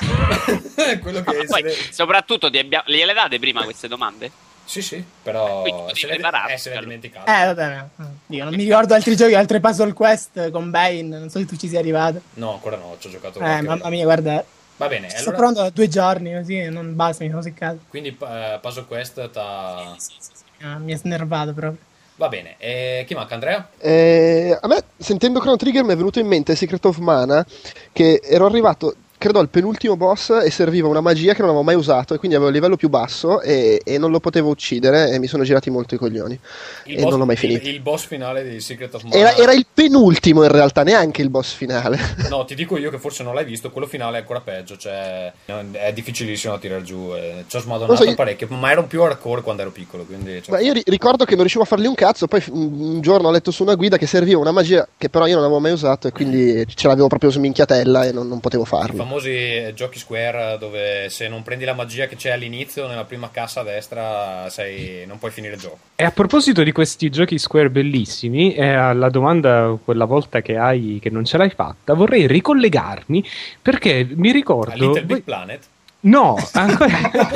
Quello che no, poi, essere... soprattutto ti abbia... gliele date prima queste domande? Sì, sì, però se le le essere dimenticato. Eh, vabbè, io non mi ricordo altri giochi, altre Puzzle Quest con Bane, non so se tu ci sia arrivato. No, ancora no, ci ho giocato. Eh, mamma mia, guarda. Va bene, ci allora... sto provando da due giorni, così non basta, mi sono seccato. Quindi uh, Puzzle Quest t'ha... Sì, sì, sì, sì. Ah, mi è snervato proprio. Va bene, e chi manca, Andrea? Eh, a me, sentendo Chrono Trigger, mi è venuto in mente Secret of Mana, che ero arrivato, credo, al penultimo boss e serviva una magia che non avevo mai usato e quindi avevo il livello più basso e, e non lo potevo uccidere e mi sono girati molto i coglioni il e boss, non l'ho mai finito. Il, il boss finale di Secret of Mana era, era il penultimo in realtà, neanche il boss finale. No, ti dico io che forse non l'hai visto, quello finale è ancora peggio, cioè è difficilissimo da tirare giù, eh, ci ho smadonato so, parecchio, ma ero più hardcore quando ero piccolo, quindi... Cioè... Ma io ri- ricordo che non riuscivo a fargli un cazzo, poi un giorno ho letto su una guida che serviva una magia che però io non avevo mai usato e quindi ce l'avevo proprio sminchiatella e non, non potevo farlo. I famosi giochi Square dove se non prendi la magia che c'è all'inizio nella prima cassa a destra sei... non puoi finire il gioco. E a proposito di questi giochi Square bellissimi, eh, alla domanda quella volta che hai che non ce l'hai fatta, vorrei ricollegarmi perché mi ricordo... A Little Big Planet? No, ancora...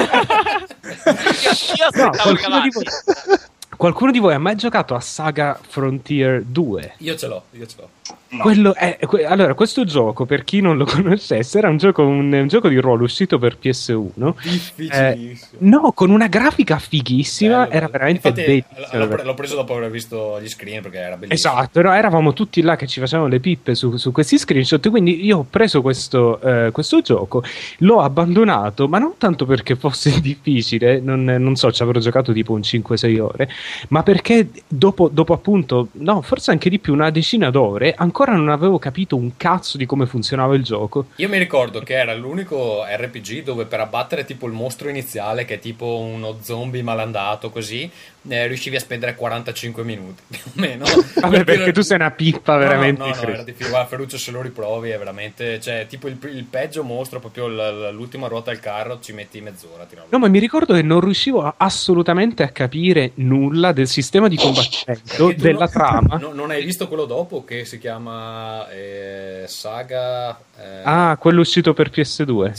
io no, qualcuno di voi... Qualcuno di voi ha mai giocato a Saga Frontier due? Io ce l'ho, io ce l'ho. No. Quello è, que- allora, questo gioco, per chi non lo conoscesse, era un gioco, un, un gioco di ruolo uscito per P S uno. Difficilissimo. Eh, no, con una grafica fighissima, bello, era bello. veramente Infatti, bellissimo. l'ho preso dopo aver visto gli screen perché era bellissimo. Esatto, no, eravamo tutti là che ci facevano le pippe su, su questi screenshot, quindi io ho preso questo, eh, questo gioco, l'ho abbandonato, ma non tanto perché fosse difficile, non, non so, ci avrò giocato tipo un cinque sei ore, ma perché dopo, dopo appunto, no, forse anche di più, una decina d'ore, ancora non avevo capito un cazzo di come funzionava il gioco. Io mi ricordo che era l'unico R P G dove per abbattere tipo il mostro iniziale, che è tipo uno zombie malandato così, eh, riuscivi a spendere quarantacinque minuti più o meno. Vabbè, perché tu sei una pippa veramente. No, no, no, no, era difficile. Guarda, Ferruccio, se lo riprovi è veramente, cioè, tipo il, il peggio mostro, proprio l- l'ultima ruota del carro, ci metti mezz'ora a tirarlo. No, ma mi ricordo che non riuscivo a- assolutamente a capire nulla del sistema di combattimento, della no, trama. No, non hai visto quello dopo che si chiama eh, Saga... Eh... Ah, quello uscito per P S due. Sì.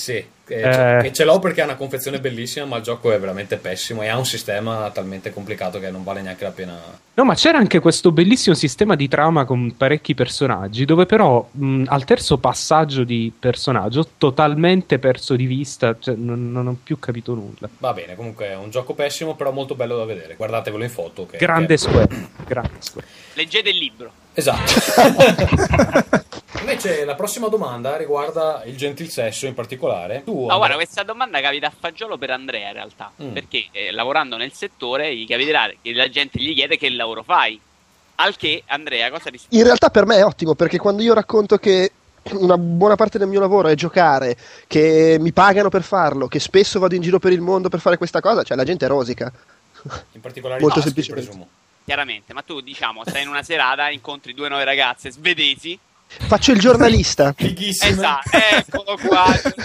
Che, Eh. che ce l'ho perché ha una confezione bellissima, ma il gioco è veramente pessimo e ha un sistema talmente complicato che non vale neanche la pena. No, ma c'era anche questo bellissimo sistema di trama con parecchi personaggi, dove però mh, al terzo passaggio di personaggio ho totalmente perso di vista, cioè non, non ho più capito nulla. Va bene, comunque è un gioco pessimo, però molto bello da vedere. Guardatevelo in foto. Che, Grande che... Square, grande Square. Leggete il libro. Esatto. Invece la prossima domanda riguarda il gentil sesso in particolare. Tu, No, Andrea- guarda, questa domanda capita a fagiolo per Andrea in realtà, Mm. perché eh, lavorando nel settore gli capiterà che la gente gli chiede che lavoro fai. Al che Andrea cosa risponde? In realtà per me è ottimo, perché quando io racconto che una buona parte del mio lavoro è giocare, che mi pagano per farlo, che spesso vado in giro per il mondo per fare questa cosa, cioè la gente rosica. in particolare Molto i maschi, semplicemente. presumo. Chiaramente, ma tu diciamo stai in una serata, incontri due nuove ragazze svedesi. Faccio il giornalista. Fighissimo. Esatto, eccolo qua.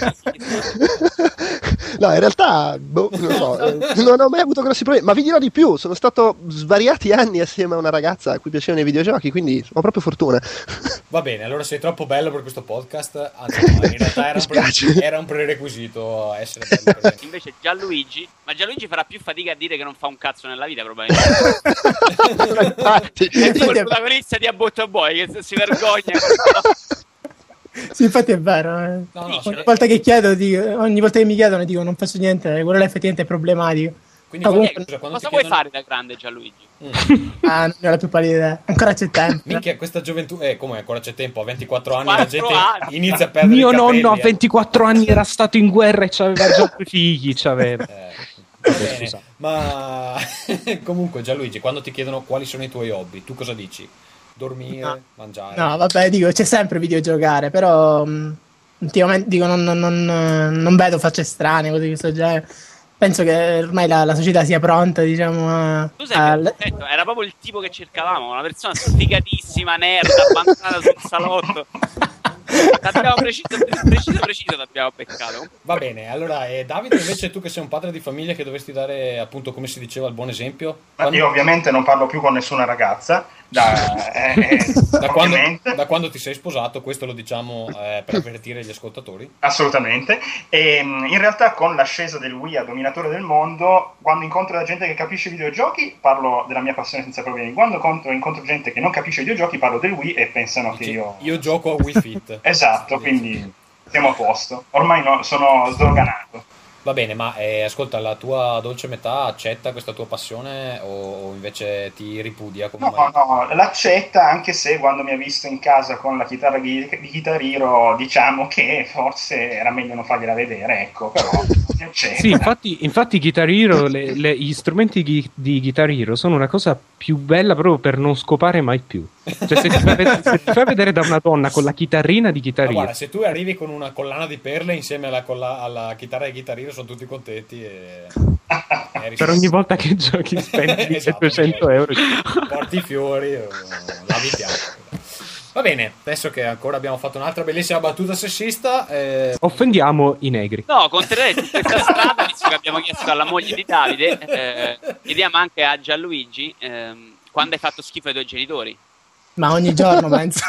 No, in realtà boh, non, so, eh, non ho mai avuto grossi problemi, ma vi dirò di più, sono stato svariati anni assieme a una ragazza a cui piacevano i videogiochi, quindi ho proprio fortuna. Va bene, allora sei troppo bello per questo podcast. Anzi, no, in realtà era un, pre- spiace. era un prerequisito essere bello per me. Invece Gianluigi, ma Gianluigi farà più fatica a dire che non fa un cazzo nella vita probabilmente. Infatti, È tipo il protagonista di A Botto Boy che si vergogna. Sì, infatti è vero. eh. No, no, ogni se- volta che chiedo, dico, ogni volta che mi chiedono, dico non faccio niente, quello là effettivamente è problematico. Quindi Ah, quando- comunque- scusa, quando Cosa ti vuoi chiedono- fare da grande Gianluigi? Mm. Ah, non ho la più pallida idea. Ancora c'è tempo. Minchia, questa gioventù, eh, come ancora c'è tempo? A ventiquattro anni la Quattro gente anni. inizia a perdere Mio i capelli. nonno a eh. ventiquattro anni era stato in guerra e c'aveva già due figli, c'aveva. Eh, va bene. Scusa. Ma comunque Gianluigi, quando ti chiedono quali sono i tuoi hobby, tu cosa dici? Dormire, No. mangiare? No, vabbè, dico, c'è sempre videogiocare, però mh, ultimamente dico, non, non- non- non vedo facce strane, cose di questo genere. Penso che ormai la, la società sia pronta, diciamo, a... Tu sei a- perfetto, era proprio il tipo che cercavamo, una persona sfigatissima, nerd, abbandonata sul salotto. L'abbiamo preciso, preciso, preciso l'abbiamo beccato. Va bene, allora eh, Davide, invece tu che sei un padre di famiglia che dovresti dare appunto, come si diceva, il buon esempio? Ma io ovviamente non parlo più con nessuna ragazza, da, eh, Da quando, ovviamente. da quando ti sei sposato, questo lo diciamo eh, per avvertire gli ascoltatori. Assolutamente. E mh, in realtà con l'ascesa del Wii a dominatore del mondo, quando incontro la gente che capisce i videogiochi, parlo della mia passione senza problemi. Quando incontro, incontro gente che non capisce i videogiochi, parlo del Wii e pensano che Dici, io... io gioco a Wii Fit. Esatto, quindi siamo a posto. Ormai no, sono sdoganato. Va bene, ma eh, ascolta, la tua dolce metà accetta questa tua passione o, o invece ti ripudia come No, marito? no, l'accetta, anche se quando mi ha visto in casa con la chitarra di, di Guitar Hero, diciamo che forse era meglio non fargliela vedere, ecco, però mi accetta. Sì, infatti, infatti Guitar Hero, le- le- gli strumenti di, di Guitar Hero sono una cosa più bella proprio per non scopare mai più. Cioè, se ti fai vedere, se ti fai vedere da una donna con la chitarrina di Guitar Ma Hero, guarda, se tu arrivi con una collana di perle insieme alla, colla- alla chitarra di Guitar Hero sono tutti contenti e... e per ogni volta che giochi spendi Esatto, settecento euro. porti i fiori o lavi i piatti. Va bene, adesso che ancora abbiamo fatto un'altra bellissima battuta sessista, eh, Offendiamo i negri. No, conterrei su questa strada, visto che abbiamo chiesto alla moglie di Davide, eh, chiediamo anche a Gianluigi ehm, quando hai fatto schifo ai tuoi genitori. Ma ogni giorno penso.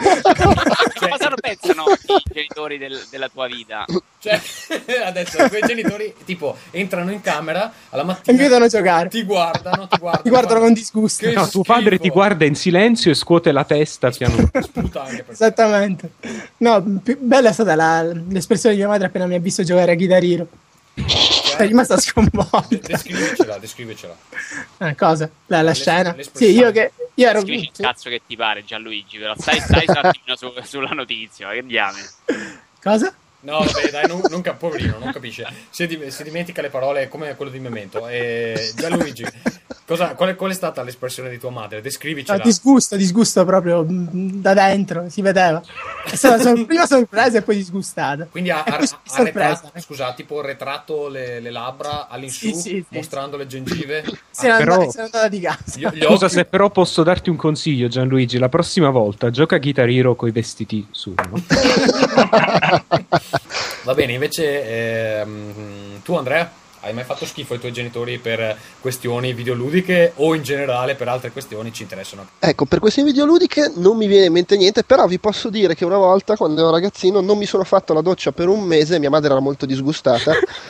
Cosa ne pensano i genitori del- della tua vita? cioè, adesso i tuoi genitori tipo entrano in camera alla E mi mattina, vedono giocare. ti guardano, ti guardano, Mi guardano con disgusto. Che No, tuo schifo. padre ti guarda in silenzio e scuote la testa piano. Sputa anche per Esattamente. No, più bella è stata la- l'espressione di mia madre appena mi ha visto giocare a Guitar Hero. È rimasta sconvolta. Descrivicela, descrivicela. Eh, cosa? La, la L'es- scena? l'espressione. Sì, io che io ero Scrivici il sì. cazzo che ti pare Gianluigi, però stai, stai un attimino su- sulla notizia, che diamine. Cosa? No, vabbè, dai, non, non cap- poverino, non capisce. Si, di- si dimentica le parole come quello di Memento. E Gianluigi, cosa, qual, è, qual è stata l'espressione di tua madre? No, Descrivicela. disgusto, disgusto proprio mm, da dentro, si vedeva. È stata sor- prima sorpresa e poi disgustata. Quindi ha, E ha, poi ha sorpresa. retrato, scusa, ha tipo retrato le, le labbra all'insù, Sì, sì, sì, mostrando le gengive. Se n'è Ah, però- andata, se n'è andata di casa. Gli, gli Scusa occhi- se però posso darti un consiglio, Gianluigi, la prossima volta gioca a Guitar Hero coi vestiti su, no? Va bene, invece ehm, tu Andrea, Hai mai fatto schifo ai tuoi genitori per questioni videoludiche o in generale per altre questioni ci interessano? Ecco, per questioni videoludiche non mi viene in mente niente, però vi posso dire che una volta, quando ero ragazzino, non mi sono fatto la doccia per un mese, mia madre era molto disgustata.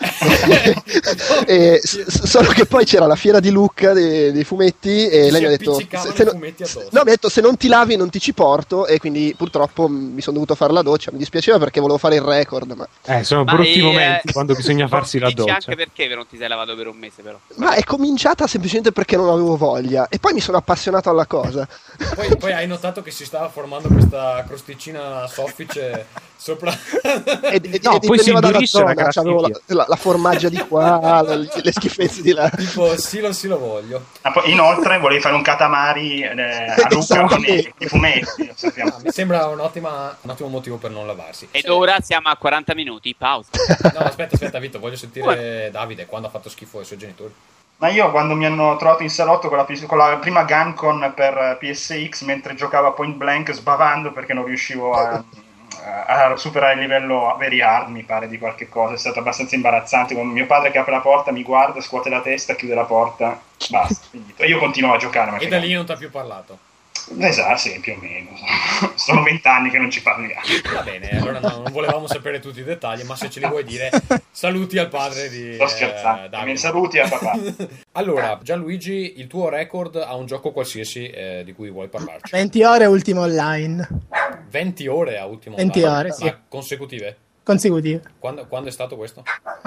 e, s- solo che poi c'era la fiera di Lucca dei, dei fumetti e Ci lei mi ha si detto appiccicavano se i no- fumetti addosso. no, mi ha detto se non ti lavi non ti ci porto, e quindi purtroppo mi sono dovuto fare la doccia. Mi dispiaceva perché volevo fare il record, ma, Eh, sono Ma, brutti eh, momenti quando bisogna farsi la dici doccia. anche perché non ti sei lavato per un mese, però. ma è cominciata semplicemente perché non avevo voglia e poi mi sono appassionato alla cosa. Poi, poi hai notato che si stava formando questa crosticina soffice sopra. E, e, No, e poi si dipendeva dalla indurisce la zona, c'avevo la, graffiti. la, la formaggia di qua, la- le schifezze di là. Tipo, sì, lo sì, lo voglio. Ah, poi, inoltre volevi fare un katamari eh, a Lucca con i, i fumetti, lo sappiamo. Ah, mi sembra un'ottima, un ottimo motivo per non lavarsi. Ed Se- ora siamo a quaranta minuti, pausa. No, aspetta, aspetta, Vito, voglio sentire Davide quando ha fatto schifo ai suoi genitori. Ma io quando mi hanno trovato in salotto con la, P- con la prima Gamcon per P S X mentre giocavo a Point Blank sbavando perché non riuscivo a, a- a superare il livello very hard, mi pare, di qualche cosa, è stato abbastanza imbarazzante, con mio padre che apre la porta, mi guarda, scuote la testa, chiude la porta, basta, finito. E io continuo a giocare. ma E da lì non ti ha più parlato. Esatto, sì, più o meno. Sono vent'anni che non ci parliamo. Va bene, allora no, non volevamo sapere tutti i dettagli, ma se ce li vuoi dire, saluti al padre di Sto eh, scherzando. I Davide. miei saluti a papà. Allora, Gianluigi, il tuo record ha un gioco qualsiasi eh, di cui vuoi parlarci? venti ore ultimo online, venti ore a ultimo venti online? ore, sì. Ma consecutive? consecutive. Quando, quando è stato questo?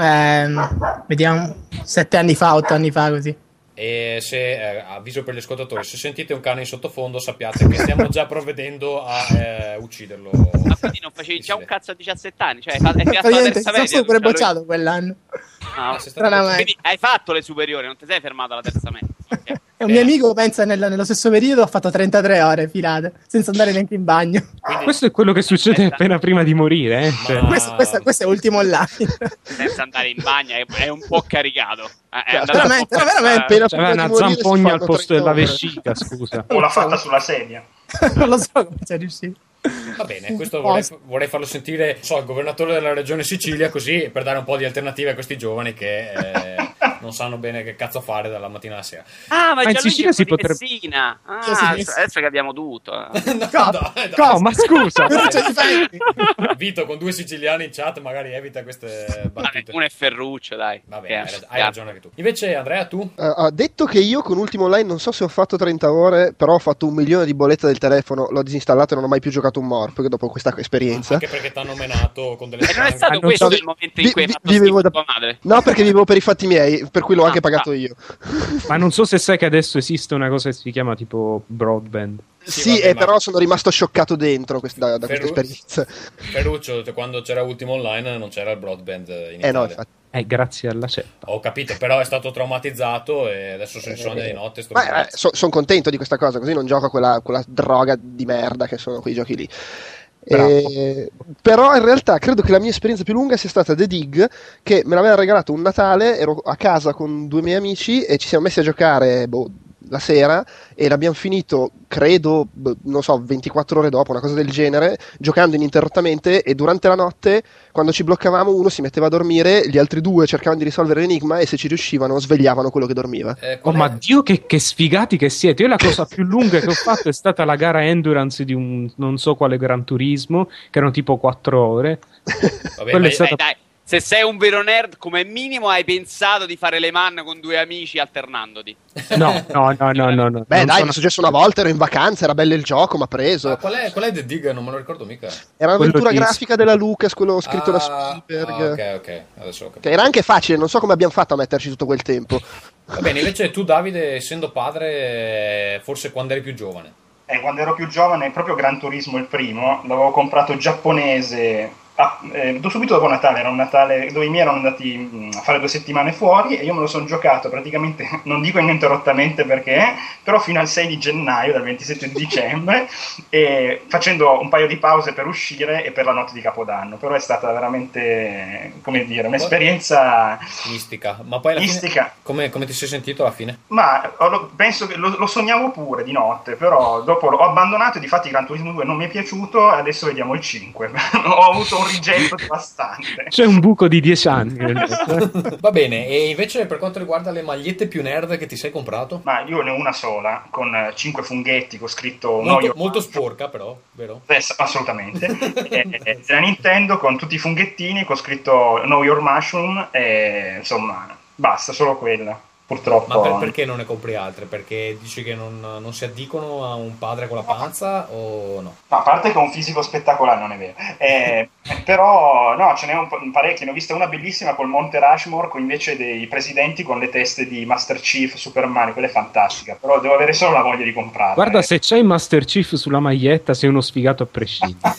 Ehm, vediamo, sette anni fa, otto anni fa così. E se, eh, avviso per gli ascoltatori, se sentite un cane in sottofondo sappiate che stiamo già provvedendo a eh, ucciderlo. Ma quindi non facevi già un cazzo a diciassette anni? Cioè, hai fatto hai fatto la Praticamente terza sono media? stato pure tu, cioè, bocciato quell'anno. Ah, sei stato Stranamente. quindi hai fatto le superiori, non ti sei fermato alla terza media. Ok. E un mio amico, pensa, nel- nello stesso periodo ha fatto trentatré ore filate, senza andare neanche in bagno. Questo è quello che succede Aspetta. appena prima di morire, eh? Cioè, Ma- Questo, questo- questo è ultimo online. Senza andare in bagno è, è un po' caricato. Eh, È Cioè, andato un veramente, po' no, per- veramente. Appena c'aveva prima una di morire si zampogna al fanno posto della trenta ore. vescica, scusa. O l'ha fatta sulla sedia. Non lo so come sia riuscito. Va bene, questo vorrei, vorrei farlo sentire, so, il governatore della regione Sicilia, così per dare un po' di alternative a questi giovani che eh, non sanno bene che cazzo fare dalla mattina alla sera. Ah, ma Ma in Gianluigi Sicilia è si quello di potrebbe- Messina. Ah, Sì, sì, sì. adesso capiamo tutto. eh. No, Co- dai, dai. No, ma scusa! Ferruccio, difendi. Vito, con due siciliani in chat magari evita queste Vabbè, battute. uno è Ferruccio, dai. Va Che bene, è- hai rag- hai ragione anche tu. Invece Andrea, tu? Eh, ha detto che io con Ultimo Online non so se ho fatto trenta ore, però ho fatto un milione di bollette del telefono, l'ho disinstallato e non ho mai più giocato un Morp dopo questa esperienza. Anche perché ti hanno menato con delle E non è spranghe. stato Ah, non questo so- il momento in vi- cui hai vi- fatto vivevo schifo da- a tua madre? No, perché vivevo per i fatti miei, per cui l'ho Ah, anche pagato ah. io. Ma non so se sai che adesso esiste una cosa che si chiama tipo broadband. Sì, Sì, vabbè, e ma- però sono rimasto scioccato dentro quest- da, da questa Ferru- esperienza. Ferruccio, cioè, quando c'era Ultimo Online non c'era il broadband in Italia. Eh no, infatti. Eh, grazie alla ceppa. Ho capito, però è stato traumatizzato e adesso se ne sogna di notte. Sto Ma eh, sono contento di questa cosa, così non gioco a quella, quella droga di merda che sono quei giochi lì. Bravo. Eh, però in realtà credo che la mia esperienza più lunga sia stata The Dig, che me l'aveva regalato un Natale, ero a casa con due miei amici e ci siamo messi a giocare boh, la sera e l'abbiamo finito, credo, boh, non so, ventiquattro ore dopo, una cosa del genere, giocando ininterrottamente, e durante la notte, quando ci bloccavamo, uno si metteva a dormire, gli altri due cercavano di risolvere l'enigma e se ci riuscivano svegliavano quello che dormiva. Eh, Oh, qual è- ma Dio, che, che sfigati che siete! Io la cosa più lunga che ho fatto è stata la gara endurance di un non so quale Gran Turismo, che erano tipo quattro ore. Vabbè, quello ma- è stato- Dai, dai, se sei un vero nerd, come minimo hai pensato di fare le man con due amici alternandoti. No, no, no, no, no, no. Beh Non dai, sono- mi è successo una volta, ero in vacanza, era bello il gioco, ma preso. Ma qual è, qual è The Dig? Non me lo ricordo mica. Era un'avventura quello di- grafica della Lucas, quello scritto da Ah, Spielberg. ah, ok, ok, adesso ho capito. Che era anche facile, non so come abbiamo fatto a metterci tutto quel tempo. Va bene, invece tu Davide, essendo padre, eh, forse quando eri più giovane. Eh, quando ero più giovane, proprio Gran Turismo il primo, l'avevo comprato giapponese ah, eh, subito dopo Natale, era un Natale dove i miei erano andati mh, a fare due settimane fuori e io me lo sono giocato praticamente, non dico ininterrottamente perché, però fino al sei di gennaio, dal ventisette di dicembre, e facendo un paio di pause per uscire e per la notte di Capodanno, però è stata veramente, come dire, un'esperienza Mistica. Ma poi alla mistica. fine, come, come ti sei sentito alla fine? Ma ho- penso che lo, lo sognavo pure di notte, però dopo l'ho abbandonato e difatti Gran Turismo due non mi è piaciuto, adesso vediamo il cinque. Ho avuto un rigetto devastante. C'è un buco di dieci anni nel mezzo. Va bene, e invece per quanto riguarda le magliette più nerd che ti sei comprato? Ma io ne ho una sola, con eh, cinque funghetti, con scritto Molto, Know Your molto Mushroom. sporca però, vero? Eh, assolutamente. e, e, della Nintendo con tutti i funghettini, con scritto Know Your Mushroom, e insomma, basta, solo quella. Purtroppo. Ma per, perché non ne compri altre? Perché dici che non, non si addicono a un padre con la panza o no? No, a parte che ho un fisico spettacolare, non è vero. Eh, però, no, ce n'è un, un parecchio. Ne ho vista una bellissima col Monte Rushmore, con invece dei presidenti con le teste di Master Chief, Super Mario. Quella è fantastica. Però devo avere solo la voglia di comprarla. Guarda, eh. se c'hai Master Chief sulla maglietta, sei uno sfigato a prescindere.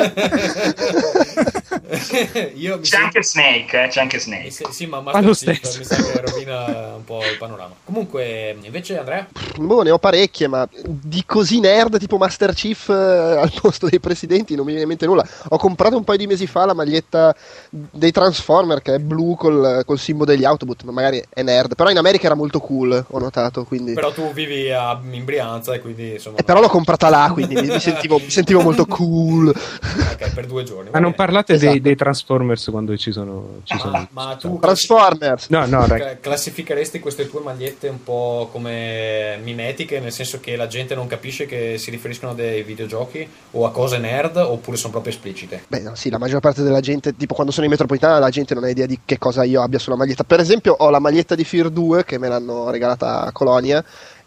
Io mi C'è sento- anche Snake, eh, c'è anche mi Snake. se- Sì, ma Fa lo Master Chief stesso. mi sa che rovina un po' il panorama. Comunque, invece Andrea? Boh, ne ho parecchie, ma di così nerd tipo Master Chief eh, al posto dei presidenti non mi viene in mente nulla. Ho comprato un paio di mesi fa la maglietta dei Transformer che è blu col, col simbolo degli Autobot, ma magari è nerd. Però in America era molto cool, ho notato, quindi... Però tu vivi a, in Brianza e quindi insomma... Eh, però l'ho comprata là, quindi mi, mi sentivo, mi sentivo molto cool. Ok, per due giorni. va Ma non bene. parlate Esatto. dei, dei Transformers quando ci sono... Ci sono Ma, ma tu Transformers. No, no, ragazzi. cla- classificheresti queste tue magliette un po' come mimetiche, nel senso che la gente non capisce che si riferiscono a dei videogiochi o a cose nerd, oppure sono proprio esplicite? Beh, no, sì, la maggior parte della gente, tipo quando sono in metropolitana, la gente non ha idea di che cosa io abbia sulla maglietta. Per esempio, ho la maglietta di Fear due che me l'hanno regalata a Colonia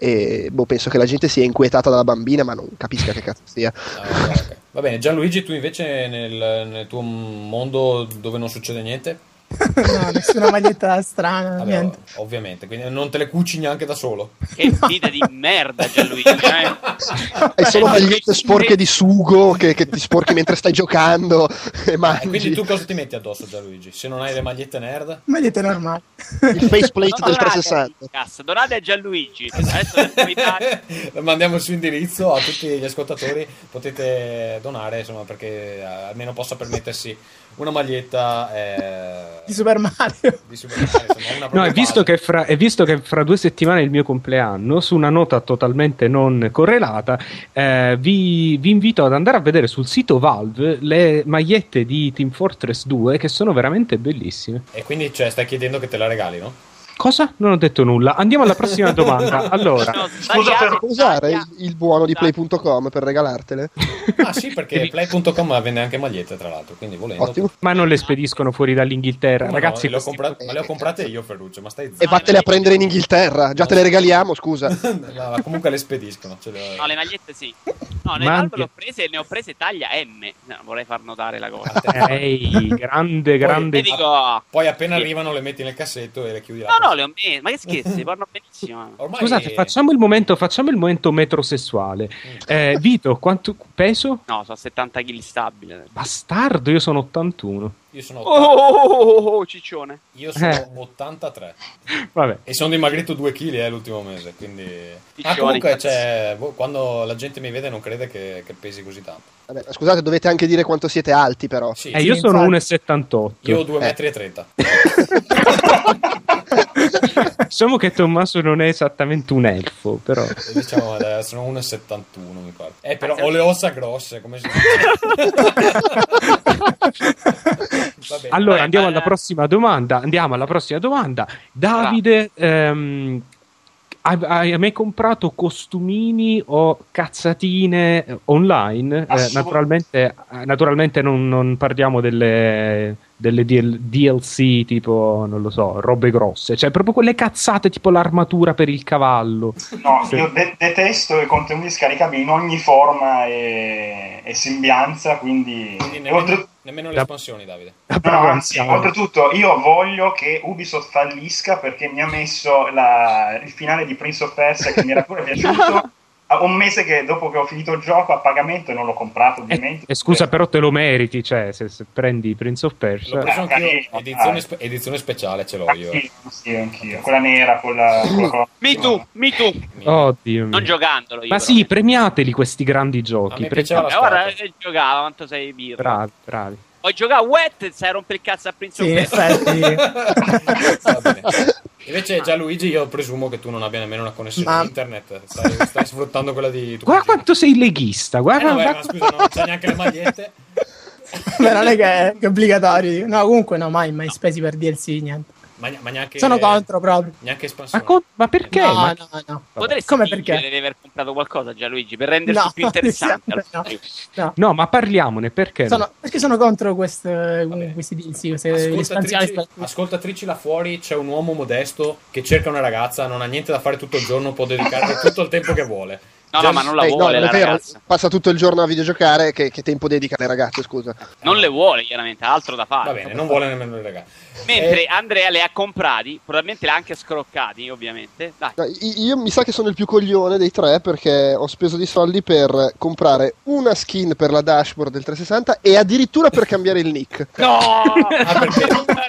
e boh, penso che la gente sia inquietata dalla bambina, ma non capisca che cazzo sia. Ah, ok, ok. Va bene, Gianluigi, tu invece nel, nel tuo mondo dove non succede niente? No, nessuna maglietta strana, Vabbè, niente. ov- ovviamente, quindi non te le cuci neanche da solo. Che vita di merda, Gianluigi. Eh? Hai solo magliette sporche di sugo che, che ti sporchi mentre stai giocando e E mangi. quindi tu cosa ti metti addosso, Gianluigi? Se non hai le magliette nerd? Magliette normali. Il faceplate Non del donate, trecentosessanta. cazzo, donate a Gianluigi. Adesso nel novità- Mandiamo il suo indirizzo a tutti gli ascoltatori, potete donare, insomma, perché eh, almeno possa permettersi una maglietta eh, Di Super Mario. di Super Mario, insomma, una No, propria è visto, base. che fra, è visto che fra due settimane è il mio compleanno, su una nota totalmente non correlata, eh, vi, vi invito ad andare a vedere sul sito Valve le magliette di Team Fortress due che sono veramente bellissime. E quindi cioè, stai chiedendo che te la regali, no? Cosa? Non ho detto nulla. Andiamo alla prossima domanda. Allora, No, Scusa tagliate, per Puoi usare taglia. il, il buono di play punto com per regalartele? Ah sì, perché play punto com vende anche magliette, tra l'altro, quindi volendo. Ottimo. ma non le spediscono fuori dall'Inghilterra, Come no? ragazzi. le, ho questi- comprate, ma le ho comprate io, Ferruccio, ma stai E zitto. vattene a prendere in Inghilterra. Già te le regaliamo, scusa. No, ma comunque le spediscono. ce le- No, le magliette sì. No, le Ma Valve anche- le ho prese e ne ho prese taglia M. No, vorrei far notare la cosa. Ehi, grande, grande. E dico, Poi appena Sì. arrivano le metti nel cassetto e le chiudi là. no, no, le ho messe. Ma che scherzi, vanno benissimo. Ormai Scusate, facciamo il momento, facciamo il momento metrosessuale. Eh, Vito, quanto peso? No, sono settanta chili stabile. Bastardo, io sono ottantuno. io sono, Oh, oh, oh, oh, oh, ciccione. io sono Eh. ottantatré Vabbè. e sono dimagrito due chili eh, l'ultimo mese, quindi... Ah, Piccioni, comunque, cazzo. cioè, boh, quando la gente mi vede non crede che, che pesi così tanto. Vabbè, scusate, dovete anche dire quanto siete alti, però. Sì, Eh, io Sì, sono infatti. uno e settantotto. io ho due Eh. metri e trenta. Diciamo che Tommaso non è esattamente un elfo, però. E diciamo adesso sono uno e settantuno mi pare. Eh, però Ah, ho le ossa grosse, come si dice? Va bene. Allora, Vabbè, andiamo ma- alla prossima domanda. Andiamo alla prossima domanda. Davide, ehm, hai, hai mai comprato costumini o cazzatine eh, online? Eh, Assolut- naturalmente, eh, naturalmente non, non parliamo delle, delle D L D L C tipo, non lo so, robe grosse, cioè proprio quelle cazzate tipo l'armatura per il cavallo. No, Sì. io de- detesto i contenuti scaricabili in ogni forma e, e sembianza, quindi... Quindi e nemmeno, oltre- nemmeno le Da- espansioni, Davide. No, no, anzi, oltretutto io voglio che Ubisoft fallisca perché mi ha messo la- il finale di Prince of Persia che mi era pure piaciuto a un mese che dopo che ho finito il gioco a pagamento e non l'ho comprato ovviamente. E scusa, però te lo meriti, cioè se, se prendi Prince of L'ho Persia. preso Eh, anch'io, carino, edizione, dai. spe- edizione speciale ce l'ho io. Anch'io, sì, anch'io. Quella nera, con la... Con la Mi tu, mi tu. Oddio mio. Non giocandolo io. Ma però. sì, premiateli questi grandi A giochi. me pre- piaceva la Eh, guarda scatola. che giocava, quanto sei birra. Bravi, bravi. Ho giocato a Wet e sai rompere il cazzo a Prince Sì, in of Persia. effetti. Va bene. Invece Gianluigi io presumo che tu non abbia nemmeno una connessione Ma- internet, stai, stai sfruttando quella di tuo Guarda cugino. quanto sei leghista, Eh, guarda, no, beh, guarda- ma scusa, non c'è neanche le magliette. Beh, non è che è, che è obbligatorio. No, comunque no, mai, mai spesi per D L C, niente. Ma, ma neanche... Sono contro proprio. Neanche Ma, espansione. con- ma perché? No, Ma- no, no. Potresti Come fingere perché? di aver comprato qualcosa, Gianluigi, per rendersi No, più interessante. no, allora. no. No, ma parliamone, perché? no? Sono, perché sono contro queste, Vabbè. questi D L C, queste espansioni. Ascoltatrici, ascoltatrici là fuori, c'è un uomo modesto che cerca una ragazza, non ha niente da fare tutto il giorno, può dedicarle tutto il tempo che vuole. No, Già- no, ma non la Ehi, no, vuole non la è vero, ragazza. passa tutto il giorno a videgiocare, che, che tempo dedica alle ragazze, scusa. Non le vuole, chiaramente, ha altro da fare. Va bene, non vuole nemmeno le ragazze. Mentre Eh, Andrea le ha comprati, probabilmente le ha anche scroccati, ovviamente. Dai. No, i- io mi sa che sono il più coglione dei tre perché ho speso di soldi per comprare una skin per la dashboard del trecentosessanta e addirittura per cambiare il nick. No! Ah, perché?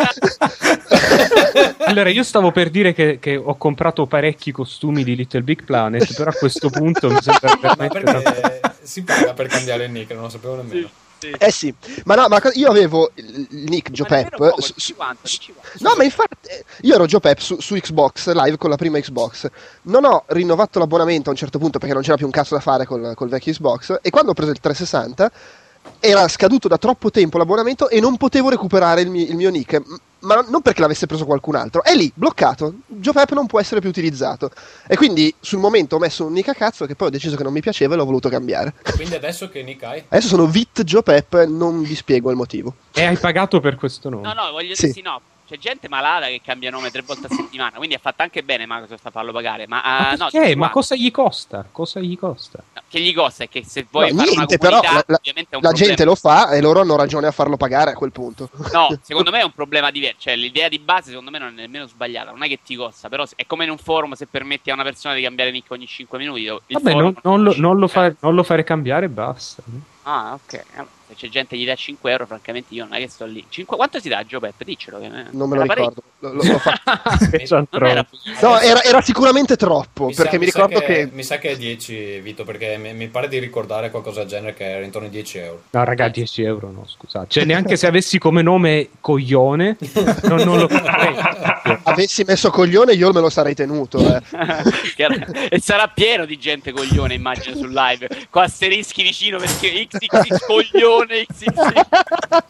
Allora, io stavo per dire che, che ho comprato parecchi costumi di Little Big Planet, però a questo punto mi sembra ma veramente... perché si paga per cambiare il nick, non lo sapevo nemmeno. Sì, sì. Eh sì, ma no, ma co- io avevo il il nick Joe Ma nemmeno Pep. poco, su- dici su- quanto, dici quanto. No, ma infatti eh, io ero Joe Pep su, su Xbox Live con la prima Xbox. Non ho rinnovato l'abbonamento a un certo punto perché non c'era più un cazzo da fare col, col vecchio Xbox. E quando ho preso il trecentosessanta era scaduto da troppo tempo l'abbonamento e non potevo recuperare il, mi- il mio nick. M- Ma non perché l'avesse preso qualcun altro, è lì, bloccato. Joe Pep non può essere più utilizzato. E quindi sul momento ho messo un nick a cazzo che poi ho deciso che non mi piaceva e l'ho voluto cambiare. Quindi adesso che nick hai? Adesso sono Vit Joe Pep, non vi spiego il motivo. E hai pagato per questo nome? No, no, voglio Sì. dire sì, no. C'è gente malata che cambia nome tre volte a settimana, quindi ha fatto anche bene Microsoft a farlo pagare. Ma, Ma ah, no, perché? dici Ma quanto? cosa gli costa? Cosa gli costa? No, che gli costa è che se vuoi No, fare niente, una però comunità, la, la- ovviamente è un la problema. gente lo fa e loro hanno ragione a farlo pagare a quel punto. No, secondo me è un problema diverso. Cioè, l'idea di base, secondo me, non è nemmeno sbagliata. Non è che ti costa, però è come in un forum se permetti a una persona di cambiare nick ogni cinque minuti. Il Vabbè, forum non, non lo, dice, non lo cioè, fa- non lo fare cambiare e basta. Ah, ok. Allora, se c'è gente che gli dà cinque euro, francamente io non è che sto lì. cinque Quanto si dà, Gio Peppe? Diccelo. Che Non me lo era ricordo. Lo- lo- l'ho fatto. Già Non era troppo. No, era, era sicuramente troppo, Mi sa- perché mi sa ricordo che... Mi sa che è dieci, Vito, perché mi, mi pare di ricordare qualcosa del genere che era intorno ai dieci euro. No, raga, dieci euro no, scusate. Cioè, neanche se avessi come nome coglione, non, non lo farei. avessi messo coglione io me lo sarei tenuto. Eh. Chiaro. E sarà pieno di gente coglione, immagino, sul live, con asterischi vicino perché X X X coglione X X X.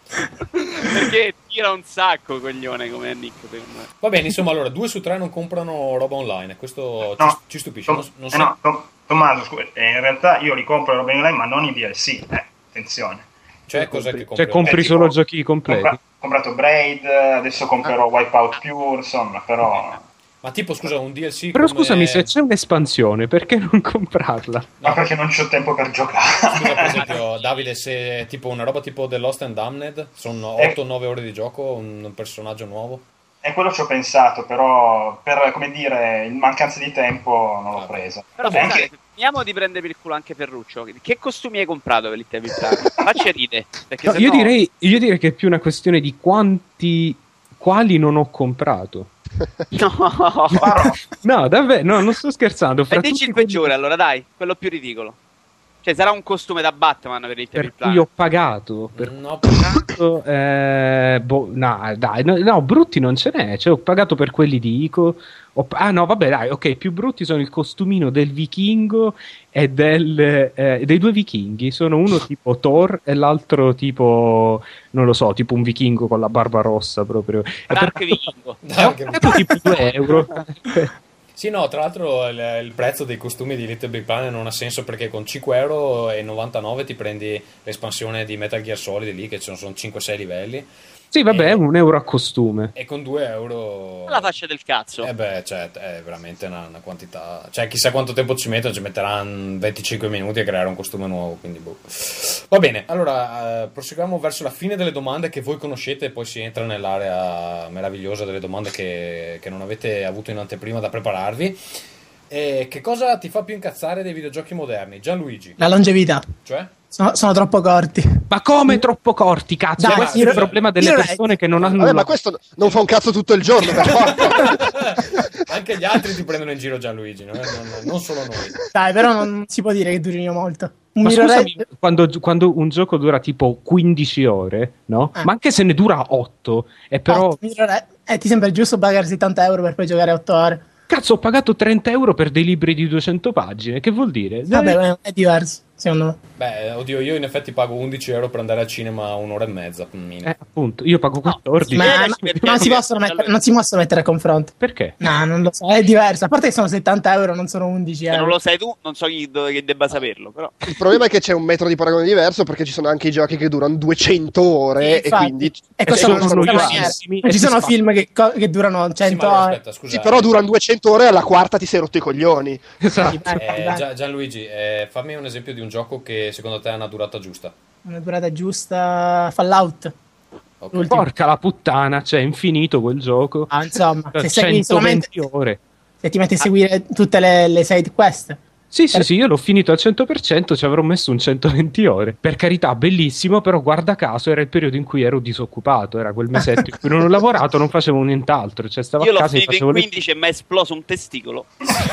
Perché tira un sacco coglione come nick, secondo me. Va bene, insomma, allora, due su tre non comprano roba online. Questo No. ci, ci stupisce. Tom- Non, non eh so- no, Tom- Tommaso, scusa, eh, in realtà io li compro le robe online, ma non i D L C. Eh, attenzione. Cioè, cos'è che compri? Cioè, compri Eh, tipo, solo giochi completi. Compra- ho comprato Braid, adesso comprerò Wipeout Pure, insomma, però... Ma tipo, scusa, un D L C Però come- scusami, se c'è un'espansione, perché non comprarla? Ma perché non c'ho tempo per giocare. Scusa, per esempio, Davide, se tipo una roba tipo The Lost and Damned, sono Eh. otto nove ore di gioco, un, un personaggio nuovo. E quello ci ho pensato, però per, come dire, in mancanza di tempo non l'ho preso. Però E anche- pensate, finiamo di prendermi il culo anche Ferruccio. Che costumi hai comprato per l'Inter Faccia ride. Perché No, se io, no- direi, io direi che è più una questione di quanti... quali non ho comprato. No. Farò. No, davvero, no, non sto scherzando. E Fra dici tutti il quelli peggiore, allora, dai. Quello più ridicolo. Cioè, sarà un costume da Batman per l'Inter per cui ho pagato, per No, pagato, eh, boh, no, dai, no, no, brutti non ce n'è. Cioè, ho pagato per quelli di Ico. Ho- ah, no, vabbè, dai, ok. Più brutti sono il costumino del vichingo e del, eh, dei due vichinghi. Sono uno tipo Thor e l'altro tipo, non lo so, tipo un vichingo con la barba rossa proprio. E per Dark Vichingo. Dai, ho che- pagato tipo due euro. Sì, no, tra l'altro il, il prezzo dei costumi di Little Big Planet non ha senso perché con cinque euro e novantanove ti prendi l'espansione di Metal Gear Solid lì, che ci sono, sono cinque sei livelli, Sì, vabbè, Eh. è un euro a costume. e con due euro... La faccia del cazzo. Eh beh, cioè, è veramente una, una quantità... Cioè, chissà quanto tempo ci mettono, ci metteranno venticinque minuti a creare un costume nuovo, quindi boh. Va bene, allora, eh, proseguiamo verso la fine delle domande che voi conoscete e poi si entra nell'area meravigliosa delle domande che, che non avete avuto in anteprima da prepararvi. E che cosa ti fa più incazzare dei videogiochi moderni? Gianluigi, La longevità. cioè? Sono, sono troppo corti. Ma come troppo corti, cazzo? Dai, Questo io- è il problema delle io- persone che non hanno Vabbè, una- ma questo non fa un cazzo tutto il giorno, per forza. Anche gli altri ti prendono in giro, Gianluigi, no? non, non solo noi. Dai, però non si può dire che durino molto. Un Ma Mirror scusami, Edge- quando, quando un gioco dura tipo quindici ore, no? Eh. Ma anche se ne dura otto, e però... otto Mirror Edge- eh, ti sembra giusto pagare settanta euro per poi giocare otto ore? Cazzo, ho pagato trenta euro per dei libri di duecento pagine, che vuol dire? Vabbè, è diverso. secondo me. Beh, oddio, io in effetti pago undici euro per andare al cinema un'ora e mezza. Eh, appunto, io pago quattordici. Ma, Spiegami ma- perché- ma non, si possono mettere, non si possono mettere a confronto. Perché? No, non lo so, è diverso. A parte che sono settanta euro, non sono undici Se euro. non lo sai tu, non so chi do- che debba saperlo, però. Il problema è che c'è un metro di paragone diverso perché ci sono anche i giochi che durano duecento ore e Infatti. quindi E questo sono non, non, noiosissimi non ci e si sono fa. film che, co- che durano Sì, cento ma ore. aspetta, scusa. sì, però durano duecento ore e alla quarta ti sei rotto i coglioni. Esatto. Dai, Eh, dai. Gia- Gianluigi, eh, fammi un esempio di un gioco che secondo te ha una durata giusta. Una durata giusta. Fallout. Ok. L'ultimo. Porca la puttana, cioè, è infinito quel gioco. Ah, insomma, Cioè, se segui solamente centoventi ore. se ti metti a seguire tutte le, le side quest. Sì, sì, sì, io l'ho finito al cento per cento, ci avrò messo un centoventi ore. Per carità, bellissimo, però guarda caso era il periodo in cui ero disoccupato, era quel mesetto in cui non ho lavorato, non facevo nient'altro, cioè stavo Io a l'ho casa e finito in facevo le- quindici e mi è esploso un testicolo.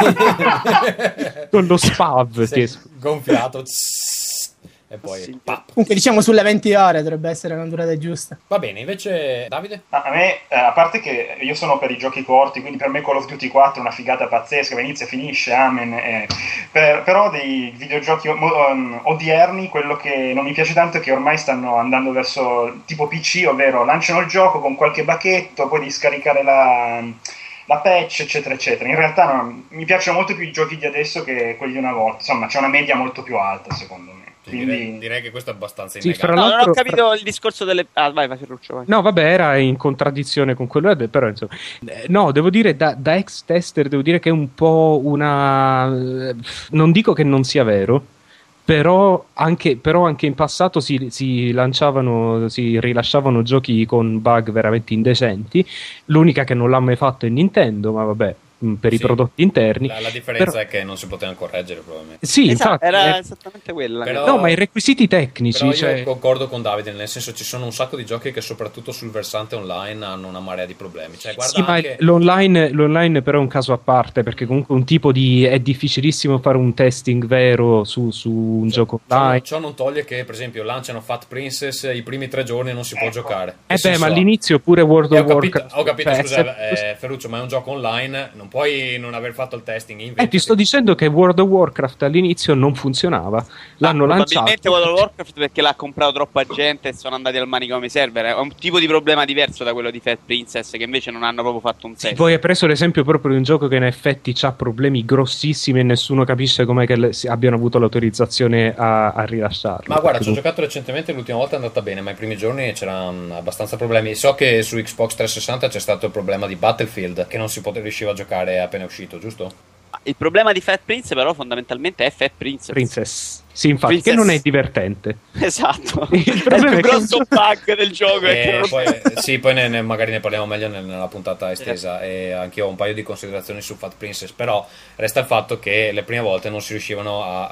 con lo spav. Sei Che... gonfiato. Tss, e poi Sì. pap. Comunque diciamo sulle venti ore dovrebbe essere una durata giusta. Va bene, invece Davide? Ah, a me, eh, a parte che io sono per i giochi corti, quindi per me Call of Duty quattro è una figata pazzesca, inizia e finisce, amen. eh. Per- però dei videogiochi mo- um, odierni, quello che non mi piace tanto è che ormai stanno andando verso tipo P C, ovvero lanciano il gioco con qualche bacchetto, poi di scaricare la, la patch, eccetera, eccetera. In realtà non- mi piacciono molto più i giochi di adesso che quelli di una volta, insomma c'è una media molto più alta secondo me. Direi, Quindi... direi che questo è abbastanza Sì, innegabile. fra No, non l'altro- ho capito il discorso delle... Ah, vai, vai Ferruccio, vai. No, vabbè, era in contraddizione con quello, eh, però insomma. Eh, No, devo dire, da, da ex tester, devo dire che è un po' una... eh, Non dico che non sia vero, però anche, però anche in passato si, si lanciavano, si rilasciavano giochi con bug veramente indecenti. L'unica che non l'ha mai fatto è Nintendo, ma vabbè, mh, per i Sì. prodotti interni. La, la differenza Però- è che non si potevano correggere probabilmente. Sì, Esatto, infatti. era eh, esattamente quella. Però- No, ma i requisiti tecnici, Però io cioè... concordo con Davide, nel senso ci sono un sacco di giochi che soprattutto sul versante online hanno una marea di problemi. Cioè, guarda Sì, ma anche... l'online, l'online però è un caso a parte, perché comunque un tipo di... è difficilissimo fare un testing vero su, su un Cioè, gioco ciò, online. ciò non toglie che, per esempio, lanciano Fat Princess i primi tre giorni non si può giocare. Eh Che beh, senso ma ha? all'inizio pure World Eh, of ho capito, Warcraft. ho capito, cioè, scusa, se- eh, Ferruccio, ma è un gioco online, non puoi non aver fatto il testing. Eh, inventati. ti sto dicendo che World of Warcraft all'inizio non funzionava. L'hanno lanciato. Probabilmente World of Warcraft perché l'ha comprato troppa gente e sono andati al manicomio server. È un tipo di problema diverso da quello di Fat Princess, che invece non hanno proprio fatto un Sì, test. poi hai preso l'esempio proprio di un gioco che in effetti ha problemi grossissimi e nessuno capisce com'è che le- si- abbiano avuto l'autorizzazione a, a rilasciarlo. Ma guarda, Perché ci ho giocato recentemente, l'ultima volta è andata bene, ma i primi giorni c'erano abbastanza problemi. So che su Xbox trecentosessanta c'è stato il problema di Battlefield, che non si pot- riusciva a giocare appena uscito, giusto? Il problema di Fat Prince, però, fondamentalmente è Fat Princess. Princess. Sì, infatti, Princess. che non è divertente. Esatto. Il È problema il è più che grosso un bug del gioco. è che E non- poi, sì, poi ne- ne- magari ne parliamo meglio nel- nella puntata estesa. E anche io ho un paio di considerazioni su Fat Princess. Però resta il fatto che le prime volte non si riuscivano a,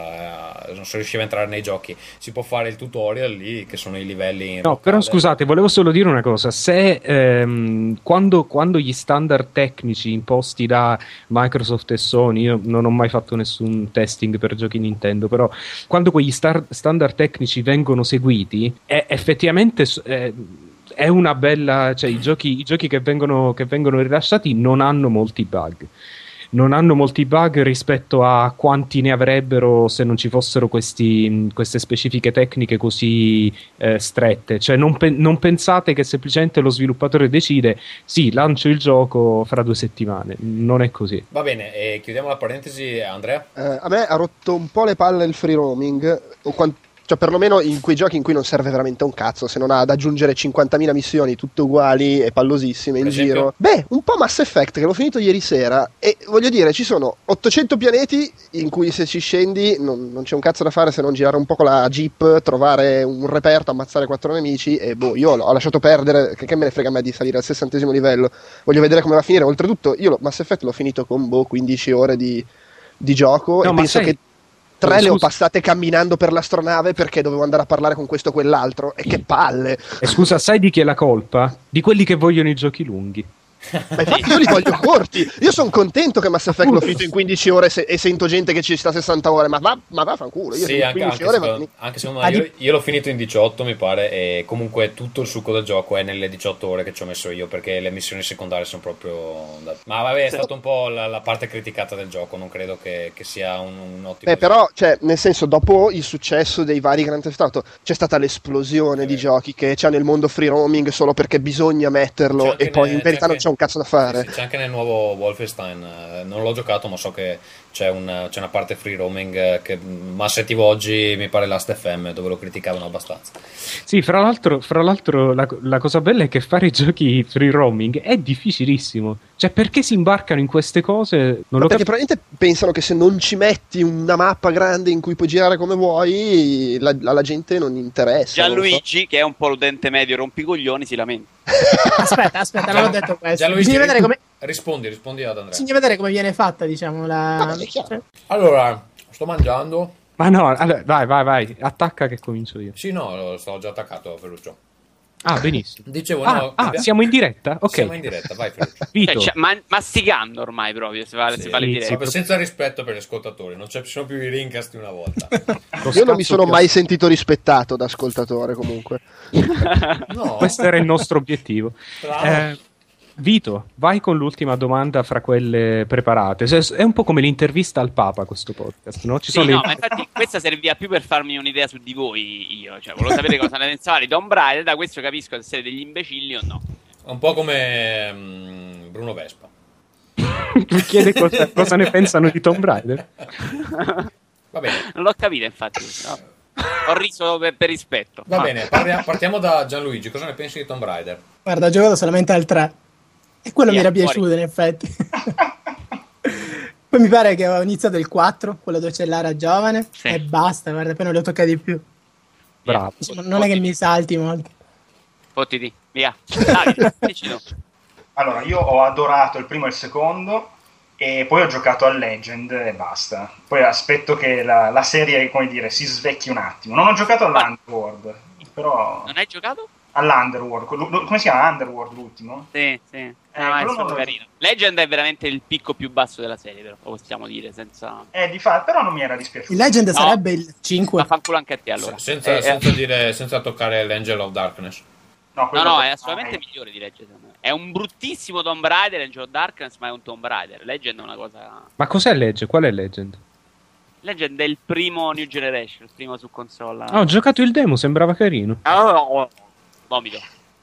a- non si riusciva a entrare nei giochi. Si può fare il tutorial lì, che sono i livelli. in No, però locale. scusate, volevo solo dire una cosa. Se ehm, quando, quando gli standard tecnici imposti da Microsoft e Sony, io non ho mai fatto nessun testing per giochi Nintendo, però quando quegli star- standard tecnici vengono seguiti, è effettivamente s- è, è una bella, cioè i giochi, i giochi che vengono, che vengono rilasciati non hanno molti bug. Non hanno molti bug rispetto a quanti ne avrebbero se non ci fossero questi, queste specifiche tecniche così eh, strette. Cioè, non, pe- non pensate che semplicemente lo sviluppatore decide, sì, lancio il gioco fra due settimane. Non è così. Va bene, e chiudiamo la parentesi, Andrea. Eh, a me ha rotto un po' le palle il free roaming, o quan- cioè perlomeno in quei giochi in cui non serve veramente un cazzo, se non ha ad aggiungere cinquantamila missioni tutte uguali e pallosissime in Per esempio? giro. Beh, un po' Mass Effect, che l'ho finito ieri sera, e voglio dire, ci sono ottocento pianeti in cui se ci scendi non, non c'è un cazzo da fare se non girare un po' con la jeep, trovare un reperto, ammazzare quattro nemici, e boh, io ho lasciato perdere, che, che me ne frega a me di salire al sessantesimo livello, voglio vedere come va a finire. Oltretutto io lo- Mass Effect l'ho finito con boh, quindici ore di, di gioco, No, e ma penso sai- che tre le ho Scusa. passate camminando per l'astronave perché dovevo andare a parlare con questo o quell'altro, e che palle. E scusa, sai di chi è la colpa? Di quelli che vogliono i giochi lunghi. Ma infatti io li voglio corti. Io sono contento che Mass Effect l'ho finito in quindici ore se- e sento gente che ci sta sessanta ore. Ma va, ma vaffanculo. Io Sì, in anche, quindici anche ore secondo, va- anche secondo me, io, io l'ho finito in diciotto mi pare, e comunque tutto il succo del gioco è nelle diciotto ore che ci ho messo io, perché le missioni secondarie sono proprio da- ma vabbè, è stata un po' la, la parte criticata del gioco, non credo che, che sia un, un ottimo Beh, però, cioè, nel senso, dopo il successo dei vari Grand Theft Auto, c'è stata l'esplosione Sì. di giochi che c'è nel mondo free roaming solo perché bisogna metterlo C'è anche e poi ne- in verità c'è non anche- c'è un cazzo da fare. Sì, sì, c'è anche nel nuovo Wolfenstein, eh, non l'ho giocato ma so che c'è, un- c'è una parte free roaming eh, che ma sentivo oggi mi pare Last F M dove lo criticavano abbastanza. Sì, fra l'altro, fra l'altro la, la cosa bella è che fare i giochi free roaming è difficilissimo. Cioè, perché si imbarcano in queste cose? Non Ma lo perché capisco. probabilmente pensano che se non ci metti una mappa grande in cui puoi girare come vuoi, la, alla gente non interessa. non lo so. Gianluigi, che è un po' l'utente medio rompicoglioni, si lamenta. Aspetta, aspetta, non ho detto questo. Gianluigi, Bisogna vedere come, rispondi, rispondi ad Andrea. bisogna vedere come viene fatta, diciamo, la... Vabbè, è chiaro. cioè, Allora, sto mangiando. Ma no, allora, vai, vai, vai, attacca che comincio io. Sì, no, lo sto già attaccato, Ferruccio. Ah, benissimo. Dicevo, Ah, no, ah, abbia- siamo in diretta? Ok. Siamo in diretta, vai Ferruccio. Vito, Cioè, ma- masticando ormai proprio, se vale, Sì, se vale sì, dire. sì. Proprio senza rispetto per gli ascoltatori, non ci sono più i rincast di una volta. lo Io non mi scazzo sono che ho- mai sentito rispettato da ascoltatore comunque. No, Questo era il nostro obiettivo. bravo. Eh, Vito, vai con l'ultima domanda fra quelle preparate. Se- È un po' come l'intervista al Papa questo podcast, no? Ci Sì, sono no, le- ma infatti questa serviva più per farmi un'idea su di voi io, cioè volevo sapere cosa ne pensavate di Tomb Raider, da questo capisco se siete degli imbecilli o no. È un po' come mm, Bruno Vespa. Mi chiede cosa, cosa ne pensano di Tomb Raider. Va bene, Non l'ho capito infatti, no. Ho riso per, per rispetto. va Ah. bene, parlia- partiamo da Gianluigi, cosa ne pensi di Tomb Raider? guarda, ho giocato solamente al tre. E quello Via, mi era fuori. piaciuto, in effetti. Poi mi pare che ho iniziato il quattro, quello dove c'è Lara giovane, Sì. e basta, guarda, poi non li ho toccati più. Bravo. Insomma, non è che mi salti molto. Fottiti, via. Davide, dici tu. Allora, io ho adorato il primo e il secondo e poi ho giocato al Legend e basta. Poi aspetto che la, la serie, come dire, si svecchi un attimo. Non ho giocato all'Underworld, però Non hai giocato? all'Underworld, quello- come si chiama Underworld l'ultimo? Sì, sì. Eh, No, è quello stato non lo- carino. Legend è veramente il picco più basso della serie, però lo possiamo dire senza. Eh, di fa- però non mi era dispiaciuto. Il Legend No. sarebbe il cinque. Ma fanculo anche a te allora. Se- senza, Eh, eh, senza dire, senza toccare l'Angel of Darkness. No, No, quello- no, è assolutamente migliore di Legend. secondo me. È un bruttissimo Tomb Raider, Angel of Darkness, ma è un Tomb Raider. Legend è una cosa. Ma cos'è Legend? Qual è Legend? Legend è il primo New Generation, il primo su console. Ah, ho giocato il demo, sembrava carino. Oh, vomito.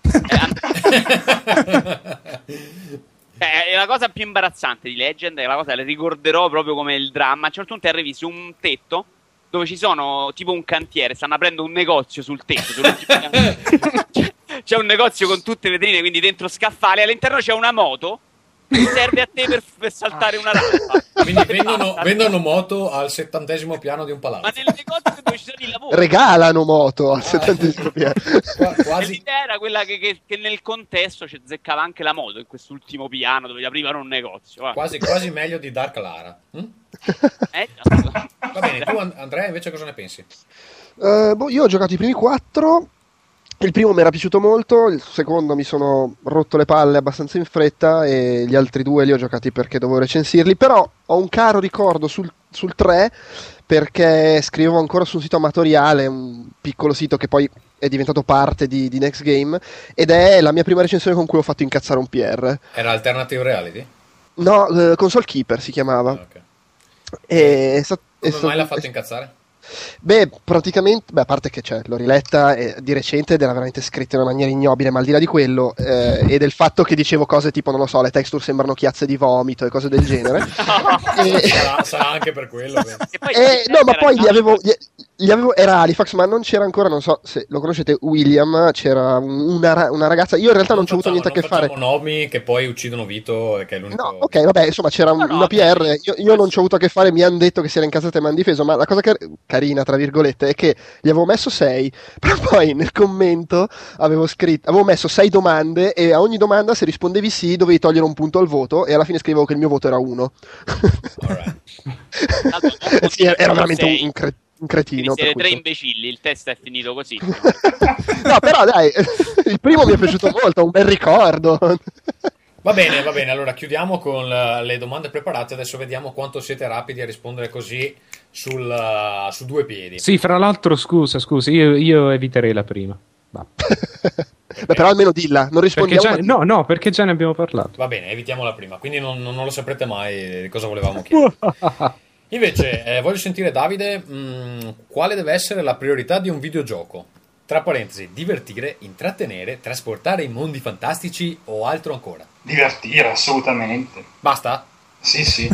Eh, è la cosa più imbarazzante di Legend, è la cosa che le ricorderò proprio come il dramma. A un certo punto arrivi su un tetto dove ci sono tipo un cantiere, stanno aprendo un negozio sul tetto. sull'ultimo piano. C'è- C'è un negozio con tutte le vetrine, quindi dentro scaffali, all'interno c'è una moto che serve a te per, per saltare una rampa. Quindi E vendono, basta. vendono moto al settantesimo piano di un palazzo. Ma nel negozio dove ci sono i lavori. Regalano moto al settantesimo piano. Qua- E quasi, l'idea era quella che, che- che nel contesto ci zeccava anche la moto in quest'ultimo piano dove gli aprivano un negozio. guarda. quasi, quasi meglio di Dark Lara. Hm? Eh, già. Va bene, tu And- Andrea invece cosa ne pensi? Eh, boh, io ho giocato i primi quattro. Il primo mi era piaciuto molto, il secondo mi sono rotto le palle abbastanza in fretta e gli altri due li ho giocati perché dovevo recensirli, però ho un caro ricordo sul, sul tre perché scrivevo ancora su un sito amatoriale, un piccolo sito che poi è diventato parte di, di Next Game, ed è la mia prima recensione con cui ho fatto incazzare un P R. Era Alternative Reality? No, eh, Console Keeper si chiamava. Ah, ok. E, è sta- è Come stato- mai l'ha fatto incazzare? Beh, praticamente, beh, a parte che c'è, l'ho riletta eh, di recente ed era veramente scritta in una maniera ignobile, ma al di là di quello eh, e del fatto che dicevo cose tipo, non lo so, le texture sembrano chiazze di vomito e cose del genere. E- Sarà, sarà anche per quello. che- E poi eh, no, ma era poi gli già- avevo, gli, gli avevo, era Halifax, ma non c'era ancora, non so se lo conoscete, William, c'era una, ra- una ragazza, io in realtà non c'ho avuto facciamo- niente a che non fare. facciamo nomi che poi uccidono Vito, che è l'unico. No, ok, vabbè, insomma c'era un- No, no, una P R, vabbè. io, io non ci ho avuto a che fare, mi hanno detto che si era incazzata e mi hanno difeso, ma la cosa car- carina, tra virgolette, è che gli avevo messo sei, però poi nel commento avevo scritto, avevo messo sei domande e a ogni domanda se rispondevi sì dovevi togliere un punto al voto e alla fine scrivevo che il mio voto era uno. Alright. Tanto non Sì, ero veramente un, sei. un cre- un Quindi cretino. siete per tre cui- imbecilli, il test è finito così. No, però dai, il primo mi è piaciuto molto, un bel ricordo. Va bene, va bene, allora chiudiamo con uh, le domande preparate, adesso vediamo quanto siete rapidi a rispondere così sul, uh, su due piedi. Sì, fra l'altro, scusa, scusa, io, io eviterei la prima. Va. Beh, però almeno dilla, non rispondiamo. Già, no, no, perché già ne abbiamo parlato. Va bene, evitiamo la prima, quindi non, non lo saprete mai di cosa volevamo chiedere. Invece, eh, voglio sentire Davide, mh, quale deve essere la priorità di un videogioco? Tra parentesi, divertire, intrattenere, trasportare in mondi fantastici o altro ancora? Divertire, assolutamente. Basta? Sì, sì.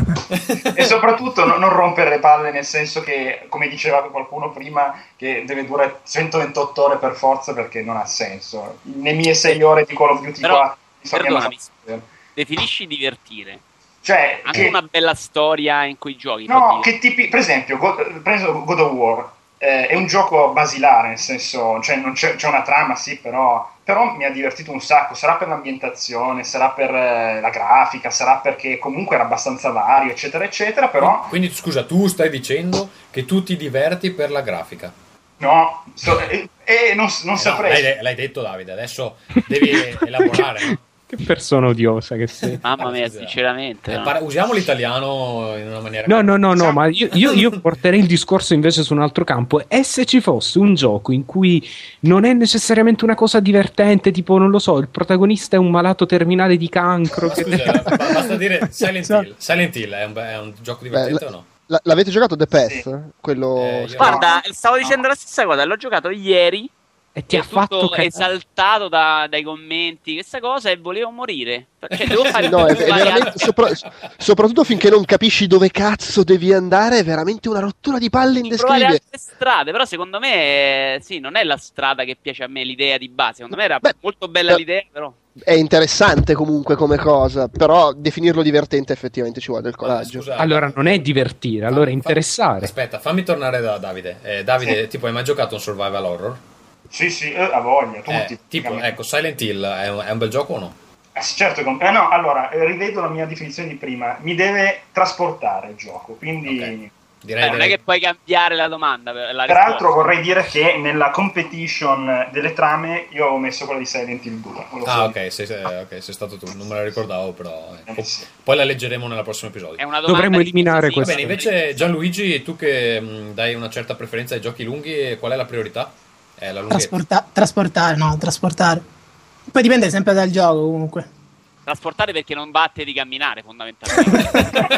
E soprattutto no, non rompere le palle, nel senso che, come diceva qualcuno prima, che deve durare centoventotto ore per forza, perché non ha senso. Le mie sei ore di Call of Duty Però, qua mi perdonami, definisci divertire. Cioè, anche che, una bella storia in cui giochi. no, che tipi, per esempio, God, preso God of War, eh, è un gioco basilare, nel senso, cioè non c'è, c'è una trama, sì, però, però mi ha divertito un sacco. Sarà per l'ambientazione, sarà per eh, la grafica, sarà perché comunque era abbastanza vario, eccetera, eccetera, però... Quindi, scusa, tu stai dicendo che tu ti diverti per la grafica? No, so, e, e non, non eh saprei. No, l'hai, l'hai detto, Davide, adesso devi elaborare, no? Che persona odiosa che sei. Mamma mia, sinceramente. Eh, no. par- usiamo l'italiano in una maniera... No, no, no, no, ma io, io, io porterei il discorso invece su un altro campo. E se ci fosse un gioco in cui non è necessariamente una cosa divertente, tipo, non lo so, il protagonista è un malato terminale di cancro. Ma che... scusa, basta dire Silent Hill. Silent Hill è un, è un gioco divertente. Beh, o no? L- l'avete giocato The Path? Sì. Quello... Eh, Guarda, no. stavo dicendo la stessa cosa, l'ho giocato ieri. E ti e ha fatto tutto esaltato da, dai commenti, questa cosa, e volevo morire. Cioè, devo fare no, è, è variante. veramente, sopra, soprattutto finché non capisci dove cazzo devi andare, è veramente una rottura di palle Di provare indescrivibile. altre strade, però secondo me eh, sì, non è la strada che piace a me, l'idea di base. Secondo me era Beh, molto bella beh, l'idea, però È interessante comunque come cosa, però definirlo divertente effettivamente ci vuole del coraggio. Scusa, Allora non è divertire, allora è interessare. Aspetta, fammi tornare da Davide. Eh, Davide, tipo, hai mai giocato un survival horror? Sì, sì, eh, a voglia, tutti. Eh, tipo, ecco, Silent Hill è un, è un bel gioco o no? Eh, sì, certo, che- eh, no, allora, eh, rivedo la mia definizione di prima, mi deve trasportare il gioco, quindi... Ok. Direi eh, non è direi- che puoi cambiare la domanda. La risposta. Peraltro vorrei dire che nella competition delle trame io ho messo quella di Silent Hill due. volevo Ah, solo ok, sei, sei- ok, sei stato tu, non me la ricordavo, però eh. Eh, sì. Poi la leggeremo nel prossimo episodio. È una domanda Dovremmo di- eliminare sì, Va questo. bene, invece Gianluigi, tu che mh, dai una certa preferenza ai giochi lunghi, qual è la priorità? È la lunghezza. Trasporta- trasportare, no, trasportare. Poi dipende sempre dal gioco comunque. Trasportare perché non batte di camminare, fondamentalmente.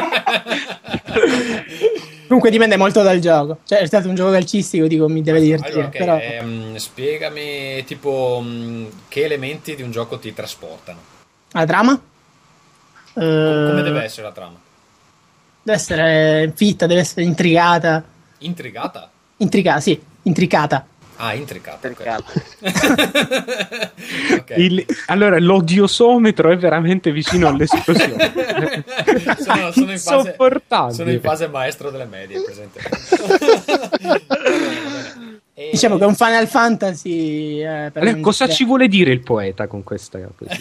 Comunque dipende molto dal gioco. Cioè, è stato un gioco calcistico, dico, mi deve divertire. Allora, ok, però... ehm, spiegami tipo mh, che elementi di un gioco ti trasportano. La trama? Com- Eh, Come deve essere la trama? Deve essere fitta, deve essere intrigata. Intrigata? Intricata, sì, intricata. Ah, intricata. ok. Intricata. Ok. Il- allora, l'odiosometro è veramente vicino all'esplosione. sono, sono, in fase, Insopportabile. sono in fase maestro delle medie, presente. E- Diciamo che è un Final Fantasy. eh, per Allora, non cosa dire- ci vuole dire il poeta con questa poesia?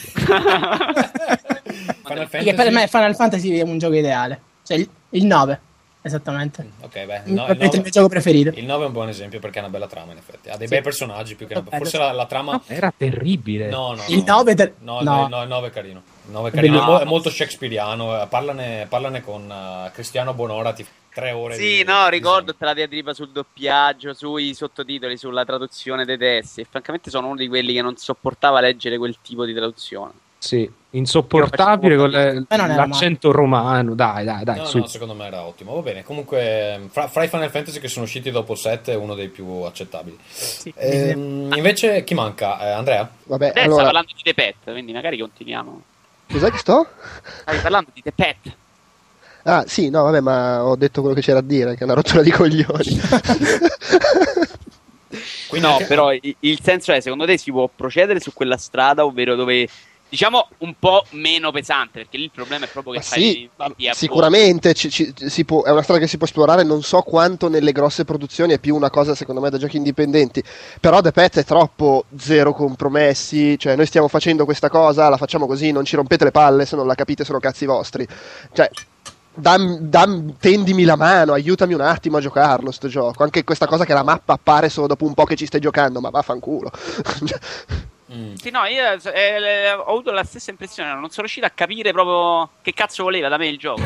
Final Perché per me Final Fantasy è un gioco ideale. Cioè, il, il nove, esattamente. Ok, beh, Il, no, è il il nove- mio gioco preferito. il nove è un buon esempio perché ha una bella trama, in effetti. Ha dei Sì. bei personaggi più che una... Bello, Forse sì. la, la trama... No, era terribile. No, no, Il no. nove ter- No, no. no, no, il nove è carino. Il nove è È carino, è, mo- bellissimo. è molto shakespeariano. eh, Parlane, parlane con eh, Cristiano Bonora, ti tre ore Sì, di- no, di ricordo te la diatriba sul doppiaggio, sui sottotitoli, sulla traduzione dei testi. E francamente sono uno di quelli che non sopportava leggere quel tipo di traduzione. Sì, insopportabile con le- Ma non era l'accento romano. Dai, dai, dai. No, su. no, secondo me era ottimo. Va bene, comunque, fra, fra i Final Fantasy che sono usciti dopo il sette è uno dei più accettabili. Sì, Ehm, invece, chi manca? Eh, Andrea? Vabbè, Adesso sta allora, parlando di The Pet, quindi magari continuiamo. cos'è che sto? Stavi parlando di The Pet. Ah, sì, no, vabbè, ma ho detto quello che c'era da dire, che è una rottura di coglioni. Quindi No, anche- però il, il senso è, secondo te si può procedere su quella strada, ovvero dove, diciamo, un po' meno pesante, perché lì il problema è proprio che Ma fai sì, i- i- a sicuramente ci- ci- si può- è una strada che si può esplorare, non so quanto nelle grosse produzioni, è più una cosa secondo me da giochi indipendenti, però The Pet è troppo zero compromessi, cioè noi stiamo facendo questa cosa, la facciamo così, non ci rompete le palle, se non la capite sono cazzi vostri, cioè dam- dam- tendimi la mano, aiutami un attimo a giocarlo sto gioco, anche questa cosa che la mappa appare solo dopo un po' che ci stai giocando, ma vaffanculo. Mm. Sì, no, io eh, ho avuto la stessa impressione, non sono riuscito a capire proprio che cazzo voleva da me il gioco.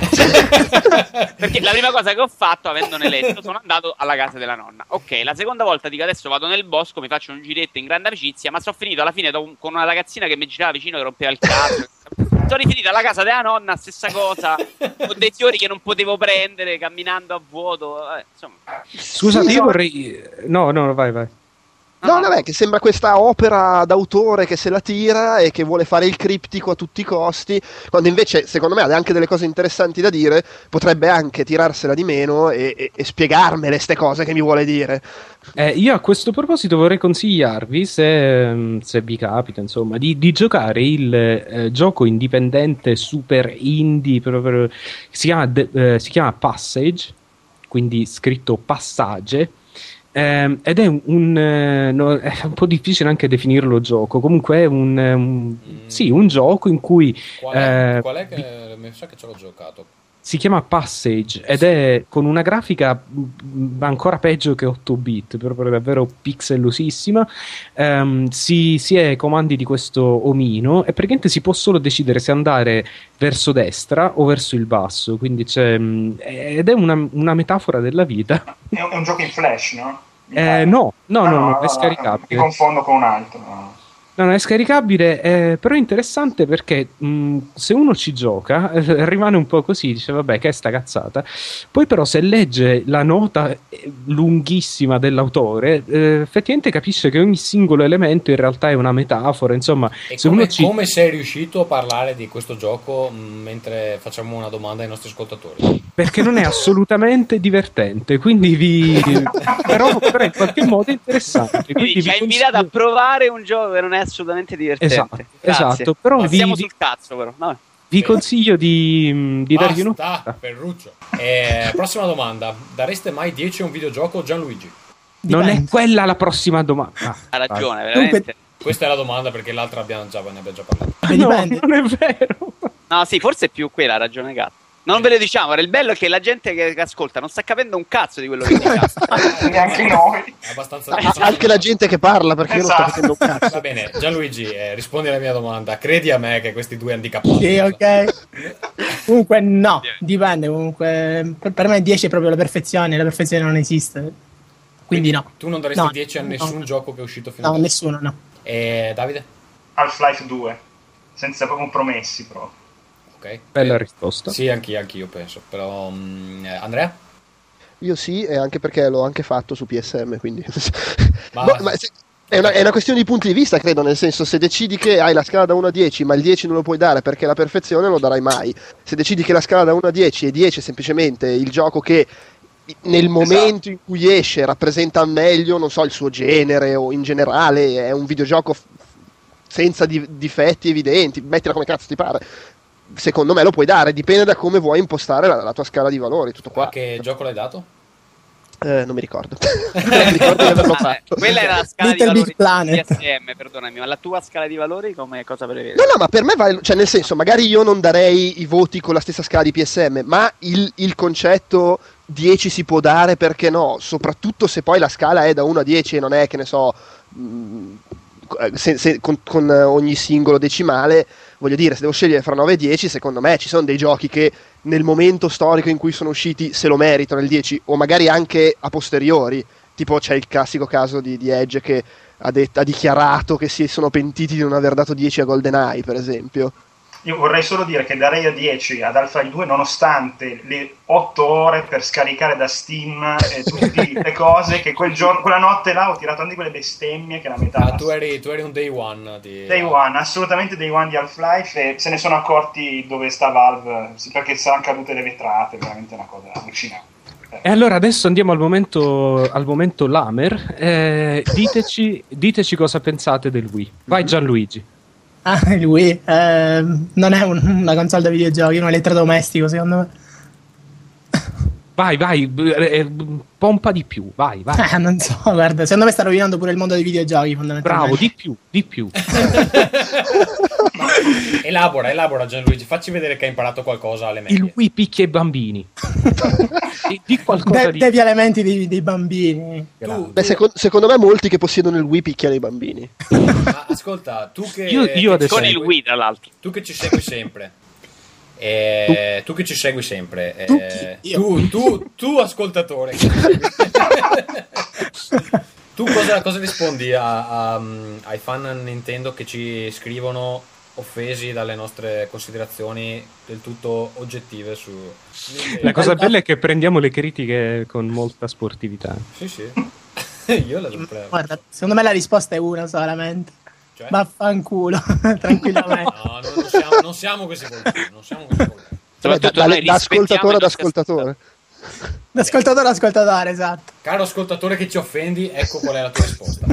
Perché la prima cosa che ho fatto, avendone letto, sono andato alla casa della nonna. Ok, la seconda volta dico adesso vado nel bosco, mi faccio un giretto in grande amicizia, ma sono finito alla fine con una ragazzina che mi girava vicino, che rompeva il cazzo. Sono rifinito alla casa della nonna, stessa cosa, con dei fiori che non potevo prendere, camminando a vuoto. Eh, insomma. Scusate, io vorrei... No, no, vai, vai. No, vabbè, che sembra questa opera d'autore che se la tira e che vuole fare il criptico a tutti i costi, quando invece, secondo me, ha anche delle cose interessanti da dire, potrebbe anche tirarsela di meno e, e, e spiegarmele ste cose che mi vuole dire. Eh, io a questo proposito vorrei consigliarvi, se, se vi capita, insomma, di, di giocare il eh, gioco indipendente super indie, proprio, si chiama, eh, si chiama Passage, quindi scritto Passage. Eh, ed è un, un, eh, no, è un po' difficile anche definirlo gioco. Comunque è un, un mm. sì, un gioco in cui qual è, eh, qual è che mi sa che ce l'ho giocato. Si chiama Passage ed è con una grafica ancora peggio che otto bit, proprio davvero pixelosissima. Um, si, si è ai comandi di questo omino e praticamente si può solo decidere se andare verso destra o verso il basso, quindi c'è, ed è una, una metafora della vita. È un, è un gioco in flash, no? Eh, no, no, ah, no, no, no, è no, scaricabile. Mi confondo con un altro. No. No, no, è scaricabile, eh, però è interessante perché mh, se uno ci gioca eh, rimane un po' così, dice vabbè che è sta cazzata, poi però se legge la nota lunghissima dell'autore eh, effettivamente capisce che ogni singolo elemento in realtà è una metafora, insomma. E se come, uno ci... come sei riuscito a parlare di questo gioco mh, mentre facciamo una domanda ai nostri ascoltatori? Perché non è assolutamente divertente, quindi vi... però, però in qualche modo è interessante. Quindi ci ha invitato a provare un gioco che non è assolutamente divertente. Esatto, Grazie. esatto. Però vi, siamo sul cazzo, però. No. Vi consiglio di, di dargli un Basta, Ferruccio. Eh, prossima domanda. Dareste mai dieci a un videogioco, Gianluigi? Non è quella la prossima domanda. Ah, ha ragione, vai. veramente. Dunque... Questa è la domanda perché l'altra abbiamo già, ne abbiamo già parlato. No, non è vero. No, sì, forse è più quella, ha ragione gatto. Non ve lo diciamo, il bello è che la gente che ascolta non sta capendo un cazzo di quello che diciamo. Neanche noi. È abbastanza, Ah, abbastanza anche la gente che parla, perché Esatto. io non sto capendo un cazzo. Va bene, Gianluigi, eh, rispondi alla mia domanda. Credi a me che questi due handicappati? Sì, ok. Comunque no, dipende. Comunque per, per me dieci è proprio la perfezione, la perfezione non esiste. Quindi, Quindi no. Tu non daresti no, dieci a nessun no. gioco che è uscito fino No, adesso? nessuno, no. E Davide? Half-Life due, senza compromessi proprio. Ok. Bella Eh, risposta. Sì, anch'io, anch'io penso. Però, mh, eh, Andrea? Io sì, e anche perché l'ho anche fatto su P S M, quindi... Ma- Boh, ma se- è, una, è una questione di punti di vista, credo, nel senso, se decidi che hai la scala da uno a dieci, ma il dieci non lo puoi dare perché la perfezione non lo darai mai. Se decidi che la scala da uno a dieci e dieci è semplicemente il gioco che nel momento in cui esce rappresenta meglio, non so, il suo genere o in generale è un videogioco f- senza di- difetti evidenti, mettila come cazzo ti pare. Secondo me lo puoi dare, dipende da come vuoi impostare la, la tua scala di valori, tutto qua. A che gioco l'hai dato? Eh, non mi ricordo. non mi ricordo di averlo Ah, eh, fatto. quella era la scala Little di Big valori Planet. P S M, perdonami, ma la tua scala di valori come cosa prevede? No, no, ma per me vale, cioè nel senso, magari io non darei i voti con la stessa scala di P S M, ma il, il concetto dieci si può dare, perché no? Soprattutto se poi la scala è da uno a dieci e non è, che ne so, mh, se, se, con, con ogni singolo decimale, voglio dire, se devo scegliere fra nove e dieci, secondo me ci sono dei giochi che nel momento storico in cui sono usciti se lo meritano il dieci, o magari anche a posteriori. Tipo c'è il classico caso di, di Edge che ha, det- ha dichiarato che si sono pentiti di non aver dato dieci a GoldenEye, per esempio. Io vorrei solo dire che darei a dieci ad Half-Life due nonostante le otto ore per scaricare da Steam e tutte le cose che quel giorno, quella notte là ho tirato anche quelle bestemmie che la metà. Ah, tu eri, tu eri un day one di... Day one, assolutamente day one di Half-Life, e se ne sono accorti dove sta Valve, sì, perché saranno cadute le vetrate, veramente una cosa allucinante. E allora adesso andiamo al momento, al momento Lamer. Eh, diteci, diteci cosa pensate del Wii. Vai Gianluigi. Ah, il Wii eh, non è un- una console da videogiochi, è un elettrodomestico secondo me. Vai, vai, eh, pompa di più, vai, vai. Eh, non so, guarda, secondo me sta rovinando pure il mondo dei videogiochi, fondamentalmente. Bravo, di più, di più. Elabora, elabora Gianluigi, facci vedere che hai imparato qualcosa alle medie. Il Wii picchia i bambini. di, di qualcosa De- di... devi elementi dei, dei bambini. Tu, Beh, tu- seco- secondo me molti che possiedono il Wii picchiano i bambini. ma ascolta, tu che, Io- io che ci adesso- Con il segui- Wii, tra l'altro. tu che ci segui sempre. Eh, tu che ci segui sempre, eh, Tu chi? Io. tu, tu, tu ascoltatore, che ci segui. Tu cosa, cosa rispondi a- a- ai fan Nintendo che ci scrivono offesi dalle nostre considerazioni del tutto oggettive su La cosa bella è che prendiamo le critiche con molta sportività. Sì, sì. Io la sempre. Guarda, secondo me la risposta è una solamente. Cioè? Vaffanculo, tranquillamente. No, no, non siamo, non siamo così volgari, non siamo così volgari. Vabbè, Soprattutto da, noi da ascoltatore ad rispettiamo i nostri ascoltatore. L'ascoltatore, ascoltatore, esatto. Caro ascoltatore che ci offendi, ecco qual è la tua risposta.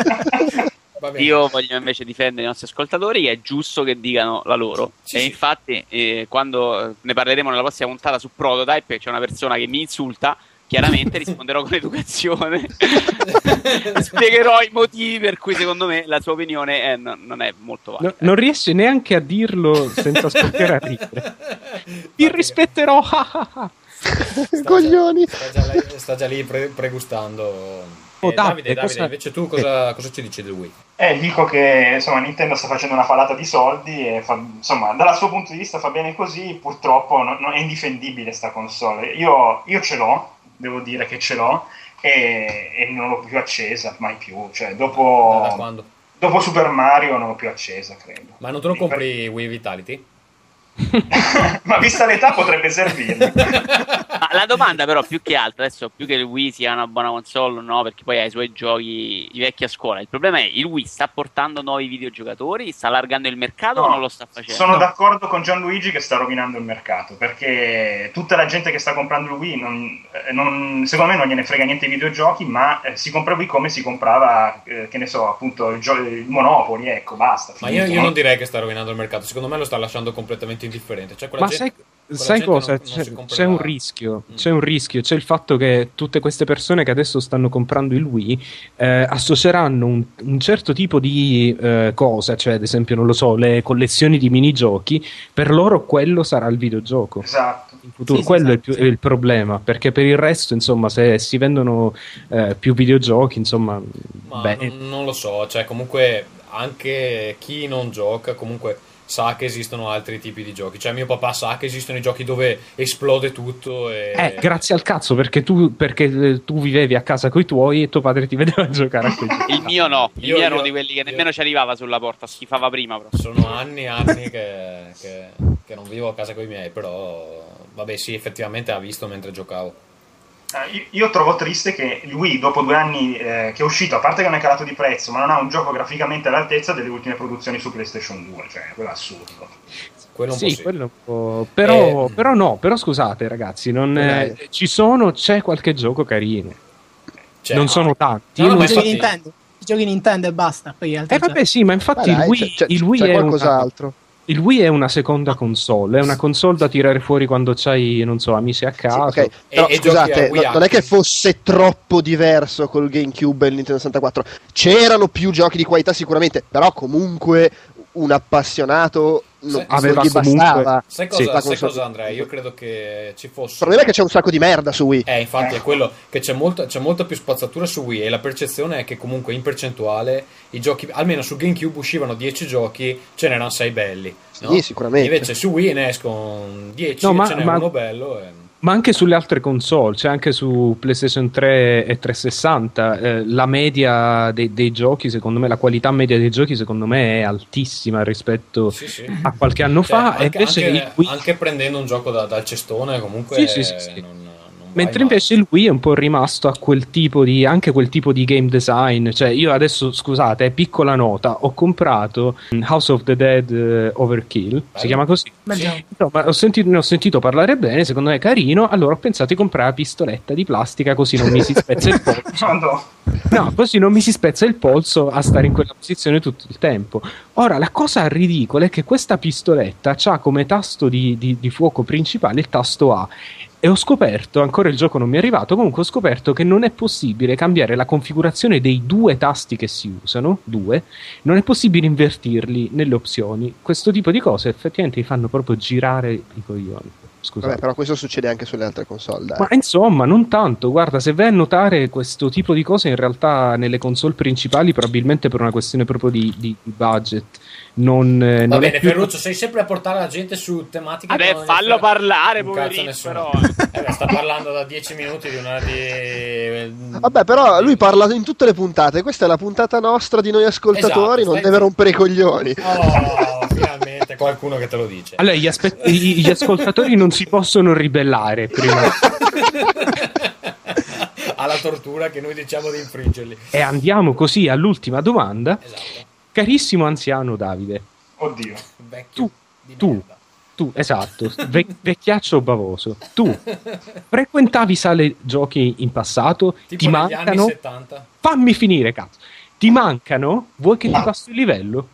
Va bene. Io voglio invece difendere i nostri ascoltatori, che è giusto che dicano la loro. Sì, e sì. infatti, eh, quando ne parleremo nella prossima puntata su Prototype, c'è una persona che mi insulta. Chiaramente risponderò con educazione. Spiegherò i motivi per cui secondo me la sua opinione è- non non è molto valida. No, non riesce neanche a dirlo senza scoppiare a ridere. Vi rispetterò. ah, ah, ah. Sta Coglioni. già- Sta già, lì- sta già lì pre- pregustando. Oh, Eh, Davide, Davide, Davide, cosa- invece tu cosa, cosa ci dici del Wii? Eh, dico che insomma Nintendo sta facendo una falata di soldi e fa- insomma dal suo punto di vista fa bene così, purtroppo non, non è indifendibile sta console. Io, io ce l'ho, devo dire che ce l'ho e, e non l'ho più accesa, mai più, cioè Da dopo, quando? dopo Super Mario non l'ho più accesa, credo. Ma non te lo compri Wii Vitality? Ma vista l'età potrebbe servirmi. Ma la domanda però più che altro, adesso più che il Wii sia una buona console, no, perché poi ha i suoi giochi i vecchi a scuola. Il problema è il Wii sta portando nuovi videogiocatori, sta allargando il mercato No, o non lo sta facendo? Sono d'accordo con Gianluigi che sta rovinando il mercato, perché tutta la gente che sta comprando il Wii non, eh, non- secondo me non gliene frega niente i videogiochi, ma eh, si compra il Wii come si comprava, eh, che ne so, appunto il, gio- il Monopoly, ecco, basta. Ma finito, io, io no? non direi che sta rovinando il mercato, secondo me lo sta lasciando completamente indifferente. Cioè, quella Ma gente- sai, quella sai gente cosa? non- non c'è, si comprerà- c'è un rischio. Mm. C'è un rischio. C'è il fatto che tutte queste persone che adesso stanno comprando il Wii eh, associeranno un, un certo tipo di eh, cosa, cioè ad esempio, non lo so, le collezioni di minigiochi. Per loro quello sarà il videogioco. Esatto. In futuro, Sì, sì, quello è, il esatto, più- sì. è il problema, perché per il resto, insomma, se si vendono eh, più videogiochi, insomma, Ma beh, non, non lo so, cioè comunque anche chi non gioca comunque sa che esistono altri tipi di giochi. Cioè mio papà sa che esistono i giochi dove esplode tutto e... eh, grazie al cazzo, perché tu, perché eh, tu vivevi a casa coi tuoi e tuo padre ti vedeva giocare a quei giochi. Il mio no, il Io- mio era uno io- di quelli che io- nemmeno ci arrivava sulla porta, schifava prima proprio. Sono anni e anni che, che- che non vivo a casa con i miei, però vabbè sì, effettivamente ha visto mentre giocavo. Eh, io, io trovo triste che il Wii, dopo due anni eh, che è uscito, a parte che non è calato di prezzo, ma non ha un gioco graficamente all'altezza delle ultime produzioni su PlayStation due, cioè quello è assurdo. Quello un po' Sì, sì. quello un po'. Però, Eh, però no, però scusate ragazzi, non, Dai. eh, ci sono, c'è qualche gioco carino. Cioè, non sono tanti. No, Io no, non ma I so- giochi infatti- Nintendo, i giochi Nintendo e basta. Poi altri Eh vabbè sì, ma infatti Ma dai, il Wii, c'è, c'è- il Wii c'è è una, qualcos'altro. il Wii è una seconda console, è una console da tirare fuori quando c'hai, non so, amici a Sì, casa. ok. Però e giochi a scusate, Wii no- non è che Active. fosse troppo diverso col GameCube e il Nintendo sessantaquattro. C'erano più giochi di qualità sicuramente, però comunque un appassionato non, Sì, aveva non gli comunque- bastava. Sai Sì, cosa, la sai console. cosa, Andrea? Io credo che ci fosse... Il problema è che c'è un sacco di merda su Wii. Eh, infatti è quello che c'è molta, c'è molta più spazzatura su Wii e la percezione è che comunque in percentuale i giochi, almeno su GameCube uscivano dieci giochi, ce n'erano sei belli. No? Sì, sicuramente. Invece su Wii ne escono dieci No, e ma- ce n'è ma- uno bello. E... Ma anche sulle altre console, cioè anche su PlayStation tre e trecentosessanta, eh, la media dei, dei giochi, secondo me, la qualità media dei giochi, secondo me, è altissima rispetto Sì, sì. a qualche anno Cioè, fa. E anche, invece anche- il Wii- anche prendendo un gioco da- dal cestone comunque Sì, sì, sì, sì. non, non vai Mentre male. invece il Wii è un po' rimasto a quel tipo di, anche quel tipo di game design. Cioè, io adesso, scusate, piccola nota, ho comprato House of the Dead eh, Overkill, si chiama così. Bel gioco. No, ma ho sentito, ne ho sentito parlare bene, secondo me è carino, allora ho pensato di comprare la pistoletta di plastica così non mi si spezza il polso. Quando- No, così non mi si spezza il polso a stare in quella posizione tutto il tempo. Ora, la cosa ridicola è che questa pistoletta ha come tasto di, di- di fuoco principale il tasto A. e ho scoperto, ancora il gioco non mi è arrivato, comunque ho scoperto che non è possibile cambiare la configurazione dei due tasti che si usano, due, non è possibile invertirli nelle opzioni. Questo tipo di cose effettivamente mi fanno proprio girare i coglioni. Scusate. Vabbè, però questo succede anche sulle altre console, dai. Ma insomma, non tanto. Guarda, se vai a notare questo tipo di cose in realtà nelle console principali, probabilmente per una questione proprio di, di budget. Non, eh, Va non bene, è più... Ferruccio, sei sempre a portare la gente su tematiche. Vabbè, che non fallo gli frega parlare, un cazzo poverino, nessuno. però. Eh beh, sta parlando da dieci minuti di una di. Vabbè, però lui parla in tutte le puntate. Questa è la puntata nostra di noi ascoltatori, Esatto, non stai deve zitto. rompere i coglioni. Oh, finalmente qualcuno che te lo dice. Allora, gli, aspe- gli, gli ascoltatori non si possono ribellare prima. Alla tortura che noi diciamo di infringerli. E andiamo così all'ultima domanda. Esatto. Carissimo anziano Davide, Oddio. Vecchio Tu, di tu. merda. tu, esatto, ve- vecchiaccio bavoso, tu frequentavi sale giochi in passato? Tipo Ti negli mancano? anni settanta. Fammi finire, cazzo. Ti mancano? Vuoi che ti Ah. passi il livello?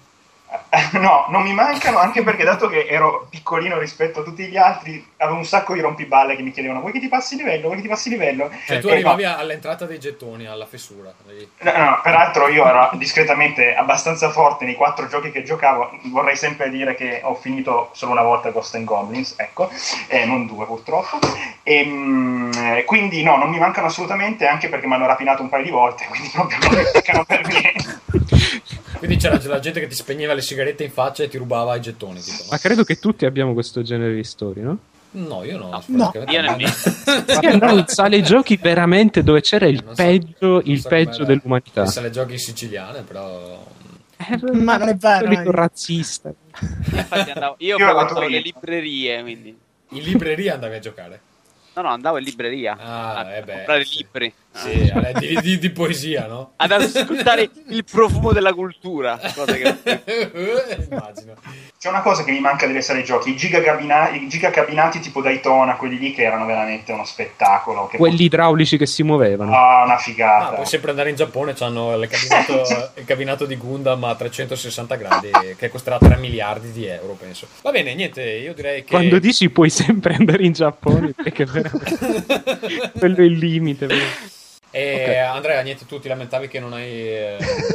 No, non mi mancano, anche perché dato che ero piccolino rispetto a tutti gli altri, avevo un sacco di rompiballe che mi chiedevano: vuoi che ti passi il livello? Vuoi che ti passi il livello? Cioè tu E arrivavi no. all'entrata dei gettoni, alla fessura. No, no, peraltro io ero discretamente abbastanza forte nei quattro giochi che giocavo. Vorrei sempre dire che ho finito solo una volta Ghosts and Goblins, ecco, eh, non due purtroppo. E, mh, quindi no, non mi mancano assolutamente, anche perché mi hanno rapinato un paio di volte, quindi proprio non mi mancano per niente. Quindi c'era la gente che ti spegneva le sigarette in faccia e ti rubava i gettoni. Tipo, no? Ma credo che tutti abbiamo questo genere di storie, no? No, io no. No. Io nemmeno. Sì, andavo in sale giochi veramente dove c'era il Non so- peggio, non il so peggio com'era dell'umanità. le sale giochi siciliane, però. Eh, Ma non è vero, solito eh. razzista. Infatti andavo, io Io frequentavo vado le lì. librerie, quindi. In libreria andavi a giocare. No, no, andavo in libreria Ah, a eh beh, comprare sì. libri. Sì, eh, di, di- di poesia, no? Ad ascoltare il profumo della cultura. Cosa che... Immagino. C'è una cosa che mi manca delle sale giochi: i gigacabinati, i gigacabinati tipo Daytona, quelli lì che erano veramente uno spettacolo. Che Quelli idraulici che si muovevano. Ah, una Ah, figata. puoi sempre andare in Giappone, c'hanno il cabinato, il cabinato di Gundam a trecentosessanta gradi che costerà tre miliardi di euro, penso. Va bene, niente, io direi che... Quando dici puoi sempre andare in Giappone, perché veramente quello è il limite. veramente. E Ok. Andrea, niente, tu ti lamentavi che non hai eh,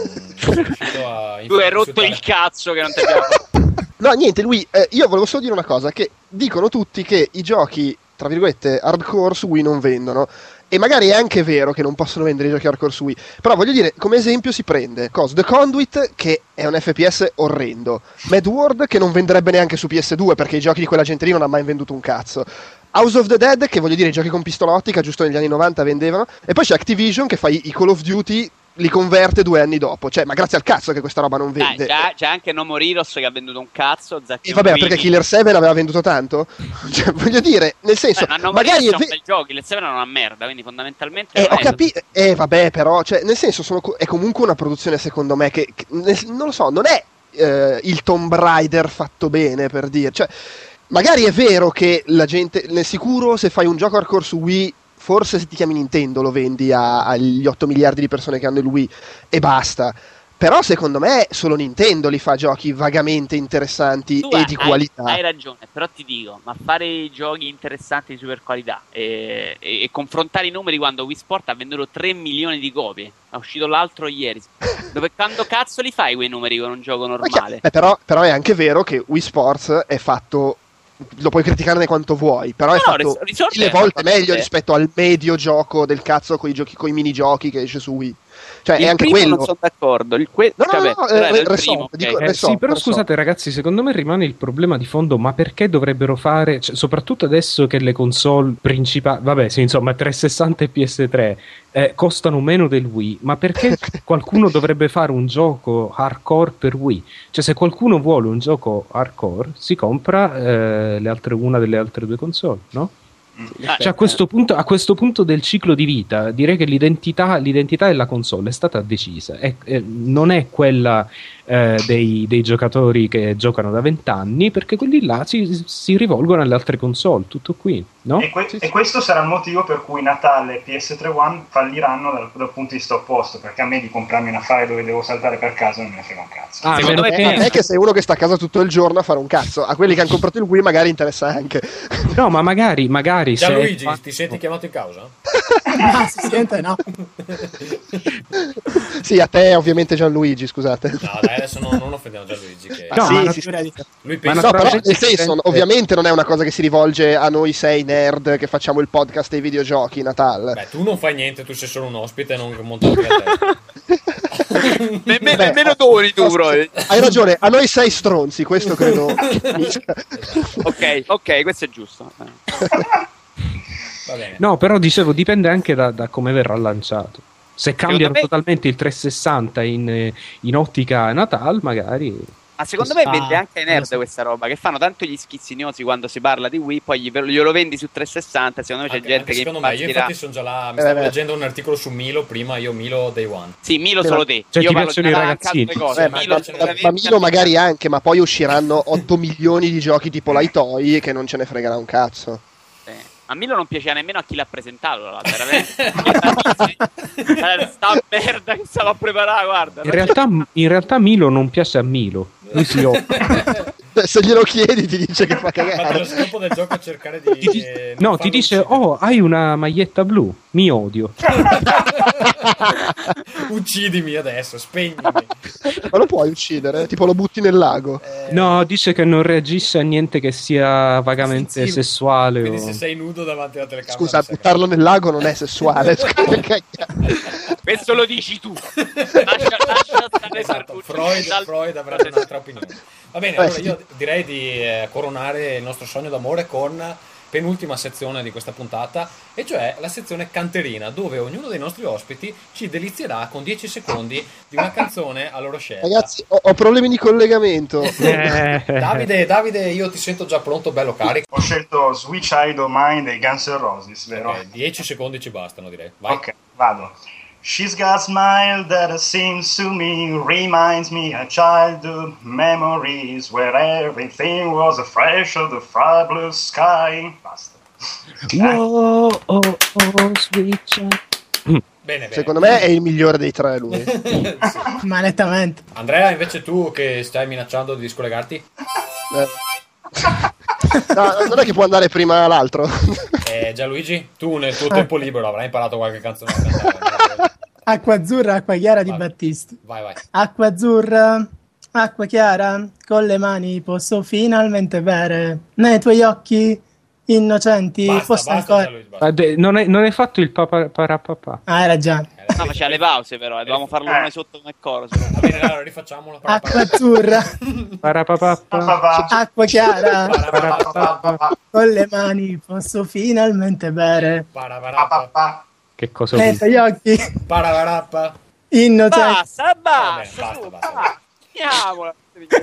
riuscito a... Tu hai rotto insultare- il cazzo che non ti abbiamo fatto. No, niente, lui, eh, io volevo solo dire una cosa, che dicono tutti che i giochi, tra virgolette, hardcore su Wii non vendono. E magari è anche vero che non possono vendere i giochi hardcore su Wii. Però voglio dire, come esempio si prende cosa? The Conduit, che è un F P S orrendo. Mad World, che non venderebbe neanche su P S due, perché i giochi di quella gente lì non hanno mai venduto un cazzo. House of the Dead, che voglio dire, i giochi con pistola ottica giusto negli anni novanta vendevano. E poi c'è Activision, che fa i, i Call of Duty, li converte due anni dopo. Cioè, ma grazie al cazzo che questa roba non Dai, vende. c'è, c'è anche No More Heroes che ha venduto un cazzo. E vabbè, perché Killer sette aveva venduto tanto? Cioè, voglio dire, nel senso, Eh, ma No More magari Heroes è è un ve- bel gioco. Killer sette era una merda, quindi fondamentalmente... Eh, non ho è- capito, eh, vabbè, però, cioè, nel senso, sono co- è comunque una produzione, secondo me, che, che- nel- non lo so, non è eh, il Tomb Raider fatto bene, per dire, cioè, magari è vero che la gente, nel sicuro, se fai un gioco hardcore su Wii, forse se ti chiami Nintendo lo vendi a- agli otto miliardi di persone che hanno il Wii e basta. Però secondo me solo Nintendo li fa giochi vagamente interessanti Tu e hai- di qualità. Hai, hai ragione, però ti dico, ma fare giochi interessanti di super qualità e, e- e confrontare i numeri quando Wii Sport ha venduto tre milioni di copie, è uscito l'altro ieri, dove quando cazzo li fai quei numeri con un gioco Ma normale? chi- eh, però, però è anche vero che Wii Sports è fatto, lo puoi criticarne quanto vuoi, però No, è no, fatto ris- risorte mille è volte fatto meglio bene. rispetto al medio gioco del cazzo con i giochi, coi minigiochi che esce su Wii. Cioè, Il è anche primo quello. non sono d'accordo, il que- No, no, vabbè, no, però eh, era il Resort, primo, ok. dico- Eh, Resort, sì, però Resort. scusate ragazzi, secondo me rimane il problema di fondo, ma perché dovrebbero fare, cioè, soprattutto adesso che le console principali, vabbè sì, insomma trecentosessanta e P S tre eh, costano meno del Wii, ma perché qualcuno dovrebbe fare un gioco hardcore per Wii? Cioè se qualcuno vuole un gioco hardcore si compra eh, le altre, una delle altre due console, no? Ah, Cioè a questo punto, a questo punto del ciclo di vita direi che l'identità, l'identità della console è stata decisa, è- è- non è quella eh, dei, dei giocatori che giocano da vent'anni, perché quelli là si, si rivolgono alle altre console, tutto qui, no? E, que- e questo sarà il motivo per cui Natale e P S tre One falliranno dal, dal punto di vista opposto, perché a me di comprarmi un affare dove devo saltare per casa non me ne frega un cazzo. Ah, Secondo meno me- A che- te che sei uno che sta a casa tutto il giorno a fare un cazzo, a quelli che hanno comprato il Wii magari interessa anche. No, ma magari, magari magari se Gianluigi, fa- ti senti chiamato in causa? Ah, si sente, no? Sì, a te ovviamente Gianluigi, scusate. No, dai, adesso no, non offendiamo Gianluigi. Che... No, sì, ma sì, Figurati. Lui Ma pensa... No, però naturalmente nel senso, sente- ovviamente non è una cosa che si rivolge a noi sei nerd che facciamo il podcast dei videogiochi, Natal. Beh, tu non fai niente, tu sei solo un ospite e non montato a te. Me- me- Beh, meno doni tu, bro. Hai ragione, a noi sei stronzi, questo credo. Ok, ok, questo è giusto. Va bene. No, però dicevo, dipende anche da, da come verrà lanciato. Se cambiano me- totalmente il trecentosessanta in, eh, in ottica Natal, magari. Ma secondo me Ah, vende anche ai non lo nerd so. questa roba, che fanno tanto gli schizzinosi quando si parla di Wii, poi gli- glielo vendi su trecentosessanta, secondo me c'è Anche- gente anche che secondo me, io impazzirà. infatti sono già là, mi Eh, stavo beh. leggendo un articolo su Milo prima, io Milo Day One. Sì, Milo solo te. Cioè, io ti parlo piacciono di i Natal, ragazzini? altre cose. Eh, ma, Milo ma- veramente- ma Milo magari anche, ma poi usciranno otto milioni di giochi tipo l'Aitoi che non ce ne fregherà un cazzo. Eh, a Milo non piaceva nemmeno a chi l'ha presentato, tra l'altro, veramente. Eh, sta merda che stava a preparare, guarda. In realtà, in realtà Milo non piace a Milo. Lui si offre. Beh, se glielo chiedi ti dice che fa Infatti lo cagare. scopo del gioco è cercare di... Ti di- eh, non no, ti farlo dice: uccidere. oh, hai una maglietta blu, mi odio. Uccidimi adesso, spegnimi. Ma lo puoi uccidere? Tipo lo butti nel lago. Eh, No, dice che non reagisce a niente che sia vagamente Offensivo. sessuale. Quindi o- se sei nudo davanti alla telecamera... Scusa, mi sa che- buttarlo nel lago non è sessuale. scusa, che- Questo lo dici tu. Lascia, lascia stare Esatto, per Freud, dal- Freud avrà un'altra opinione. Va bene, allora io direi di eh, coronare il nostro sogno d'amore con penultima sezione di questa puntata, e cioè la sezione canterina, dove ognuno dei nostri ospiti ci delizierà con dieci secondi di una canzone a loro scelta. Ragazzi, ho, ho problemi di collegamento. Eh. Davide, Davide, io ti sento già pronto, bello carico. Ho scelto Switch I Don't Mind dei Guns N' Roses, vero? Ok, dieci secondi ci bastano, direi. Vai. Ok, vado. She's got a smile that seems to me reminds me of childhood memories where everything was fresh of the far blue sky. Basta. Whoa, oh, oh, sweet child. Bene, bene. Secondo me è il migliore dei tre lui. Sì. Ma nettamente. Andrea, invece tu che stai minacciando di scollegarti? Eh. No, non è che può andare prima l'altro. Eh, Gianluigi, tu nel tuo tempo libero avrai imparato qualche canzone a cantare. Acqua azzurra, acqua chiara di Vai. Battisti. Vai, vai. Acqua azzurra, acqua chiara, con le mani posso finalmente bere. Nei tuoi occhi innocenti Basta, posso basta, ancora... Gianluigi, basta. Ah, de- non, è- non hai fatto il papa- parapapà. Ah, hai ragione. Eh, No, faceva le pause però, eh, dovevamo farlo Eh. noi sotto come coro. se no. Va bene, allora rifacciamolo. Acqua azzurra, Parapapà. acqua chiara, Pa-pa-pa-pa-pa-pa. con le mani posso finalmente bere. Paravarappa, Pa-pa-pa. Che cosa Nei vuoi? tuoi occhi paravarappa. innocenti. Basta, Va bene, basta, basta, su, basta. basta. Finiamola.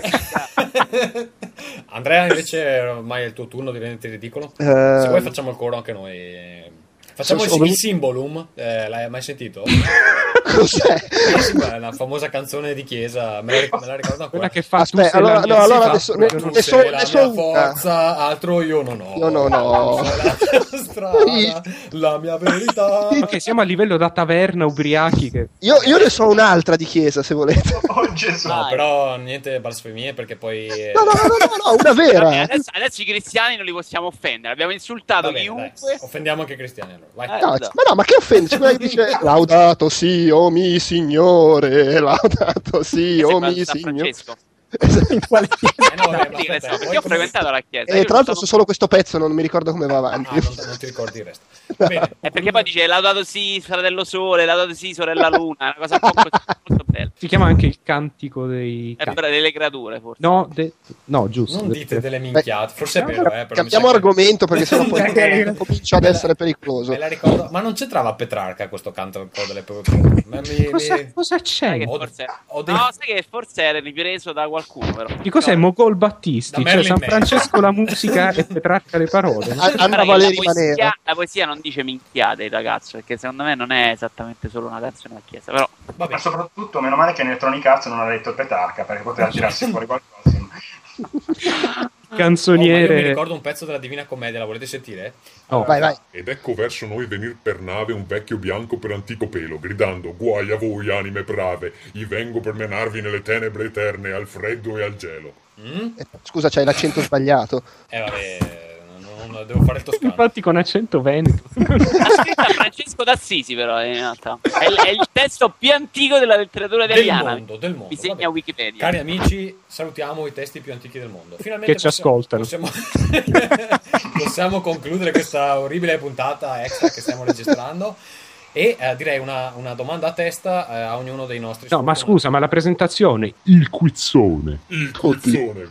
Andrea, invece ormai è il tuo turno di renderti ridicolo. Eh, Se vuoi facciamo il coro anche noi. Facciamo Sono- il, sono- il Symbolum, eh, l'hai mai sentito? Cos'è? Il Symbol è una famosa canzone di chiesa, me la, ric- me la ricordo ancora. Quella che fa Aspetta, tu sei allora- la mia- no, allora si fa- adesso- quello ne- non- Tu ne sei so- la ne so mia una. forza, altro io non ho. Io non ho. Tu sei la mia strada, la mia verità. Ok, siamo a livello da taverna ubriachi che... Io, io ne so un'altra di chiesa, se volete. Oh Gesù. No, Dai. però niente blasfemie perché poi... eh, No, no, no, no, no, una Vabbè, vera. adesso, adesso i cristiani non li possiamo offendere. Abbiamo insultato va bene, chiunque. dai, offendiamo anche i cristiani allora. Vai. Eh, No, no. ma no, ma che offende? C'è quella che dice laudato sia mi signore, laudato sia Sembra mi San signore. Francesco. In quale chiesa? Eh, no, vabbè, ma Sì, aspetta, perché poi ho come- frequentato la chiesa. E Io tra l'altro sono- so solo questo pezzo, non mi ricordo come va avanti. Ah, non, non ti ricordi il resto. Va bene. È perché poi dice laudato sì, fratello sole, laudato sì, sorella luna. È una cosa un po' così, molto bella. Si chiama anche il cantico dei... È cani. per delle creature, forse. No, de- no, giusto. Non dite delle minchiate, forse è vero, eh, però mi sa Cambiamo che- argomento perché sennò poi Eh, comincia ad essere pericoloso. Me la ricordo, ma non c'entrava Petrarca questo canto delle pecore. Ma mi- Cosa, mi- cosa Sai c'è? che Ho- forse... ho dei- No, sai che forse era ripreso da qualcuno, però. Di cos'è Mogol Battisti? Da Cioè Marilyn San Manson. Francesco la musica e Petrarca le parole. no? A- Anna Guarda che Valeri la, poesia, Manera. la poesia non dice minchiate, ragazzo, perché secondo me non è esattamente solo una canzone a chiesa, però Va Ma bene. soprattutto, meno male che Electronic Arts non ha detto Petrarca, perché poteva tirarsi fuori qualcosa. Oh, ma io mi Canzoniere. ricordo un pezzo della Divina Commedia, la volete sentire? Oh, Vai, vai. Ed ecco verso noi venir per nave un vecchio bianco per antico pelo, gridando: guai a voi anime brave, io vengo per menarvi nelle tenebre eterne, al freddo e al gelo. Mm? Eh, Scusa, c'hai l'accento sbagliato. Eh vabbè, non non devo fare il toscano. Infatti con accento veneto. Ha scritto Francesco d'Assisi, però, in realtà. È, è il testo più antico della letteratura Del italiana. mondo, del mondo. Mi segna Vabbè. Wikipedia. Cari amici, salutiamo i testi più antichi del mondo. Finalmente Che ci possiamo- ascoltano. Possiamo, possiamo concludere questa orribile puntata extra che stiamo registrando. E eh, direi una, una domanda a testa eh, a ognuno dei nostri. No, ma sfortunati- scusa, ma la presentazione. Il quizzone. Oddio. Quizzone.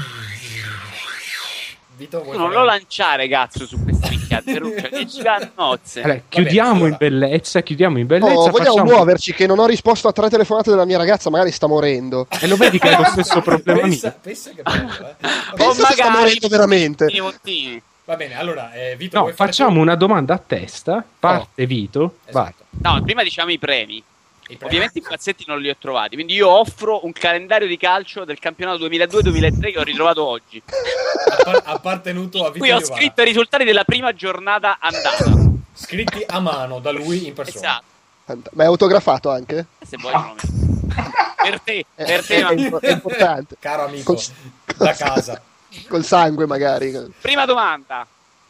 Vito, vuoi Non fare- lo lanciare, cazzo, su queste minchiate. Ferruccio, che ci va a nozze. Allora, chiudiamo allora. in bellezza, chiudiamo in bellezza. Oh, vogliamo facciamo... muoverci che non ho risposto a tre telefonate della mia ragazza, magari sta morendo. E lo vedi che è lo stesso problema pensa, mio. pensa che bello, eh. Oh, Pensa che sta magari. morendo veramente. Montini, Montini. Va bene, allora eh, Vito, No, vuoi fare facciamo tu? una domanda a testa. Parte Vito. Vai. Esatto. No, prima diciamo i premi. I premi. Ovviamente i pazzetti non li ho trovati, quindi io offro un calendario di calcio del campionato duemiladue duemilatré che ho ritrovato oggi. Appar- appartenuto a Vito Qui ho Iovara. scritto i risultati della prima giornata andata. Scritti a mano da lui in persona. Esatto. Ma è autografato anche? Se vuoi non lo metto. Per te, È, per te. è- ma- è importante. Caro amico, Col- da casa. Col sangue magari. Prima domanda.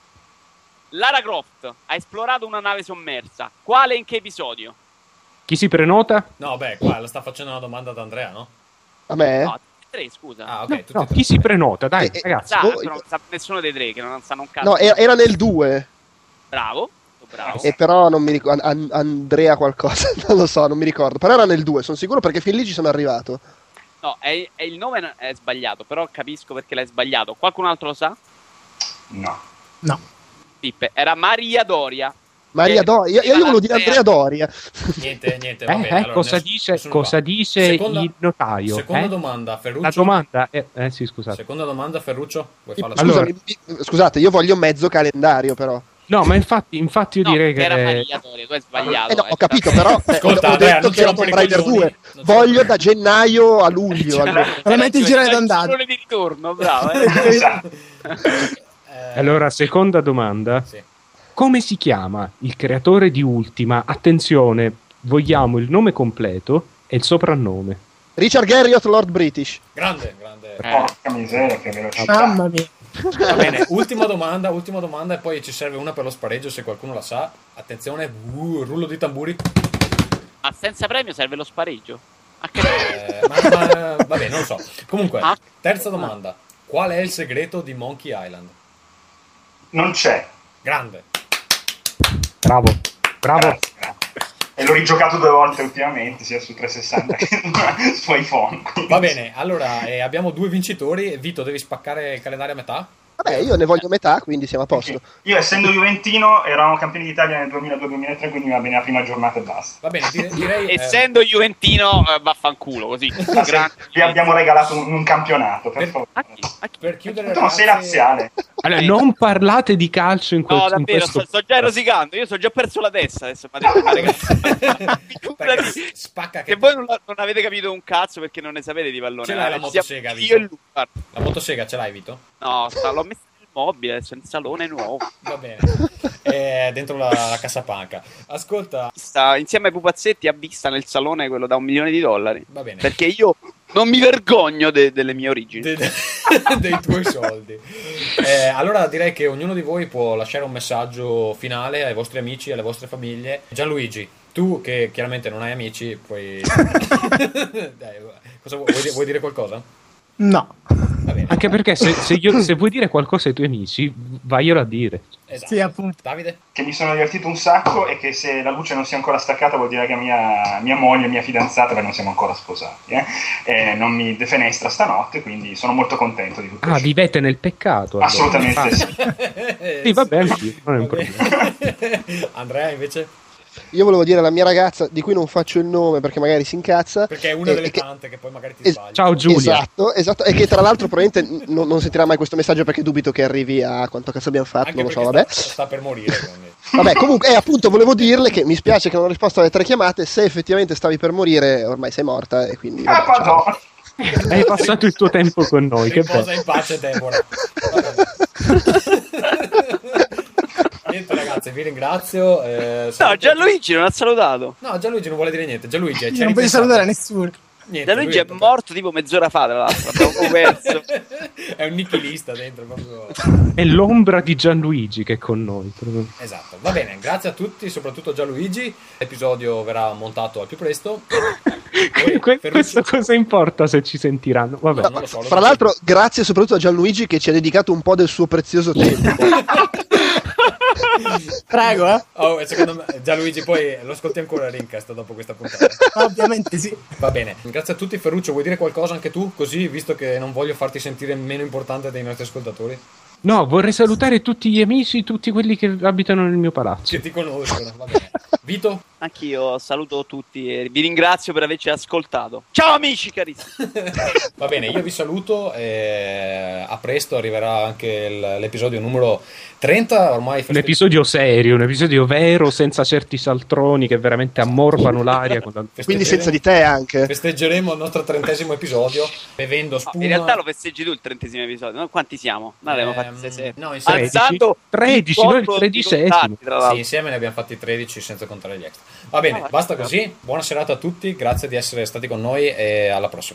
Lara Croft ha esplorato una nave sommersa. Quale e in che episodio? Chi si prenota? No, beh, qua la sta facendo una domanda ad Andrea, no? A me? No, tre, scusa. Ah, ok. No, tutti no, e tre. chi si prenota? Dai, Eh, eh, ragazzi. Sa, boh, non io- sa nessuno dei tre che non sanno un cazzo. No, era, era nel due. Bravo. Bravo. E però non mi ricordo. An- Andrea qualcosa. Non lo so, non mi ricordo. Però era nel due, sono sicuro perché fin lì ci sono arrivato. No, è, è il nome è sbagliato, però capisco perché l'hai sbagliato. Qualcun altro lo sa? No. No. Pippe, era Maria Doria. Maria Eh, Doria. Io, io volevo dire Andrea Doria. Niente, niente, va Eh, bene. eh, allora, cosa ness- dice, nessuno cosa va. dice Seconda- il notaio? Seconda eh? domanda, Ferruccio. La domanda è... Eh sì, scusate. Seconda domanda, Ferruccio. Vuoi farla tu? Allora- Scusami, mi- scusate, io voglio mezzo calendario però. No, ma infatti, infatti io No, direi che... era Maria Doria, tu hai sbagliato. Eh no, eh, ho capito, cioè- però eh, Ascolta, ho, ho Andrea, detto non che ti era rompere Tomb i Raider coglioni. due. Non ti Voglio da gennaio a luglio. Cioè, almeno. Veramente il giro d'andata. girone di ritorno, bravo. Eh. Esatto. Eh, Allora, seconda domanda. sì. Come si chiama il creatore di Ultima? Attenzione, vogliamo il nome completo e il soprannome. Richard Garriott, Lord British. Grande, grande. Porca miseria, che velocità. Mamma mia. Va bene, ultima domanda, ultima domanda e poi ci serve una per lo spareggio se qualcuno la sa. Attenzione, uh, rullo di tamburi. Ma senza premio serve lo spareggio? A che Eh, ma, ma va bene, non lo so. Comunque, Ah. terza domanda. Qual è il segreto di Monkey Island? Non c'è. Grande. Bravo, bravo. Grazie, grazie. E l'ho rigiocato due volte ultimamente, sia su trecentosessanta che su iPhone. quindi- Va bene, allora eh, abbiamo due vincitori. Vito, devi spaccare il calendario a metà? Vabbè, io ne voglio metà, quindi siamo a posto. Io, essendo juventino, eravamo campioni d'Italia nel duemiladue duemilatré, quindi va bene la prima giornata e basta. Va bene, dire- direi... eh, Essendo juventino, eh, vaffanculo, così. Ma se Grande. vi abbiamo regalato un, un campionato, per Per- favore. A chi? A chi? per chiudere... Tu non sei ragazzi- laziale. Allora, non parlate di calcio in, quel, No, in davvero, questo... sto, sto già rosicando. Io sto già perso la testa adesso. Ma detto, ma ragazzi, Ragazzi, spacca che... che voi non, la- non avete capito un cazzo perché non ne sapete di pallone. Ce l'hai la Eh, motosega, siamo Vito? io e lui. guarda. La motosega ce l'hai, Vito? No, sta- l'ho messa nel mobile, adesso nel salone nuovo. Va bene. È dentro la, la cassapanca. Ascolta, Sta insieme ai pupazzetti a vista nel salone quello da un milione di dollari. va bene. Perché io non mi vergogno de- delle mie origini. De- de- dei tuoi soldi. Eh, allora direi che ognuno di voi può lasciare un messaggio finale ai vostri amici, alle vostre famiglie. Gianluigi, tu che chiaramente non hai amici, puoi... Dai, cosa vuoi, vuoi di- vuoi dire qualcosa? No. Va bene. Anche perché se, se io- se vuoi dire qualcosa ai tuoi amici, vaglielo a dire. Esatto. Sì, appunto. Davide? Che mi sono divertito un sacco e che se la luce non si è ancora staccata vuol dire che mia, mia moglie, mia fidanzata, perché non siamo ancora sposati, eh, eh, non mi defenestra stanotte, quindi sono molto contento di tutto Ah, ciò. vivete nel peccato. allora. Assolutamente Ah, sì. Sì, vabbè, anch'io, non è un Va bene. Andrea invece? Io volevo dire alla mia ragazza, di cui non faccio il nome perché magari si incazza. Perché è una e- delle e che- tante che poi magari ti es- sbagli. Ciao Giulia. Esatto, esatto, e che tra l'altro probabilmente n- non, non sentirà mai questo messaggio perché dubito che arrivi a quanto cazzo abbiamo fatto, Anche non lo so, perché vabbè. sta, sta per morire. Quindi. Vabbè, comunque, eh, appunto, volevo dirle che mi spiace che non ho risposto alle tre chiamate, se effettivamente stavi per morire, ormai sei morta e quindi... Ah, vabbè, ciao. madonna. Hai passato il tuo tempo con noi, che Riposa bello. in pace, Deborah. Va bene. Niente ragazzi, vi ringrazio. Eh, No, salute- Gianluigi non ha salutato. No, Gianluigi non vuole dire niente. Gianluigi, ci hai Io non voglio ripensato? salutare nessuno. Niente, Gianluigi è lui- morto tipo mezz'ora fa, tra l'altro. Abbiamo perso. È un nichilista dentro proprio. È l'ombra di Gianluigi che è con noi. Esatto, va bene, grazie a tutti, soprattutto Gianluigi. L'episodio verrà montato al più presto. Poi, Que- Ferruccio- questo cosa importa se ci sentiranno? Vabbè. No, non lo so, lo Fra so. l'altro, grazie soprattutto a Gianluigi che ci ha dedicato un po' del suo prezioso tempo. Prego, eh? Oh, e secondo me, Gianluigi, poi lo ascolti ancora il Rincast dopo questa puntata. Ovviamente sì. Va bene, grazie a tutti. Ferruccio, vuoi dire qualcosa anche tu? Così, visto che non voglio farti sentire meno importante dei nostri ascoltatori, No, vorrei salutare tutti gli amici, tutti quelli che abitano nel mio palazzo. che ti conoscono. Va bene. Vito? Anch'io saluto tutti e vi ringrazio per averci ascoltato. Ciao amici carissimi. Va bene, io vi saluto. E a presto arriverà anche il- l'episodio numero trenta. Ormai Un feste- episodio serio, un episodio vero, senza certi saltroni che veramente ammorbano l'aria. Con la- Quindi festeggeremo- senza di te anche. Festeggeremo il nostro trentesimo episodio bevendo No, spuma. in realtà lo festeggi tu il trentesimo episodio. No? Quanti siamo? Noi abbiamo fatti Ehm, sei, sei. no, insieme- Alzando tredici, il noi il conto di tredicesimo. contatti, tra l'altro. Sì, insieme ne abbiamo fatti tredici senza contare gli extra. Va bene, Ah, basta ecco. così. Buona serata a tutti, grazie di essere stati con noi e alla prossima.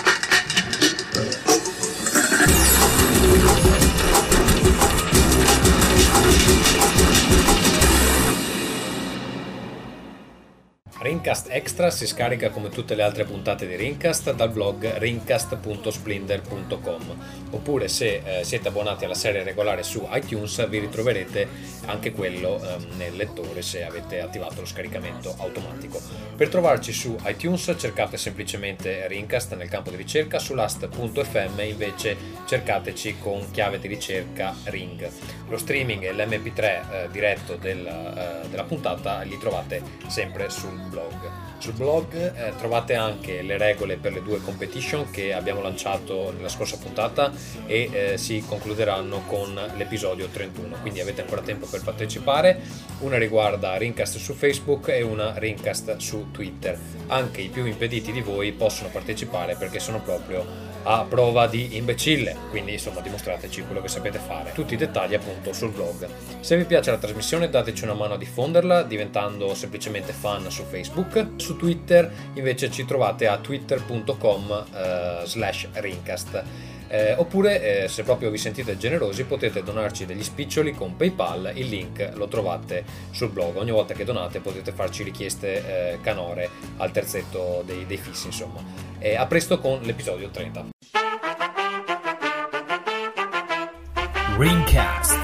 Rincast Extra si scarica come tutte le altre puntate di Rincast dal blog rincast punto splendor punto com, oppure se eh, siete abbonati alla serie regolare su iTunes vi ritroverete anche quello ehm, nel lettore se avete attivato lo scaricamento automatico. Per trovarci su iTunes cercate semplicemente Rincast nel campo di ricerca, su last punto effe emme invece cercateci con chiave di ricerca Ring. Lo streaming e l'emme pi tre eh, diretto del, eh, della puntata li trovate sempre sul blog. Sul blog eh, trovate anche le regole per le due competition che abbiamo lanciato nella scorsa puntata e eh, si concluderanno con l'episodio trentuno, quindi avete ancora tempo per partecipare. Una riguarda Rincast su Facebook e una Rincast su Twitter. Anche i più impediti di voi possono partecipare perché sono proprio a prova di imbecille, quindi insomma dimostrateci quello che sapete fare. Tutti i dettagli appunto sul blog. Se vi piace la trasmissione dateci una mano a diffonderla diventando semplicemente fan su Facebook. Su Twitter invece ci trovate a twitter punto com eh, slash rincast. Eh, oppure eh, se proprio vi sentite generosi potete donarci degli spiccioli con PayPal, il link lo trovate sul blog. Ogni volta che donate potete farci richieste eh, canore al terzetto dei, dei fissi insomma. E a presto con l'episodio trenta. Ringcast.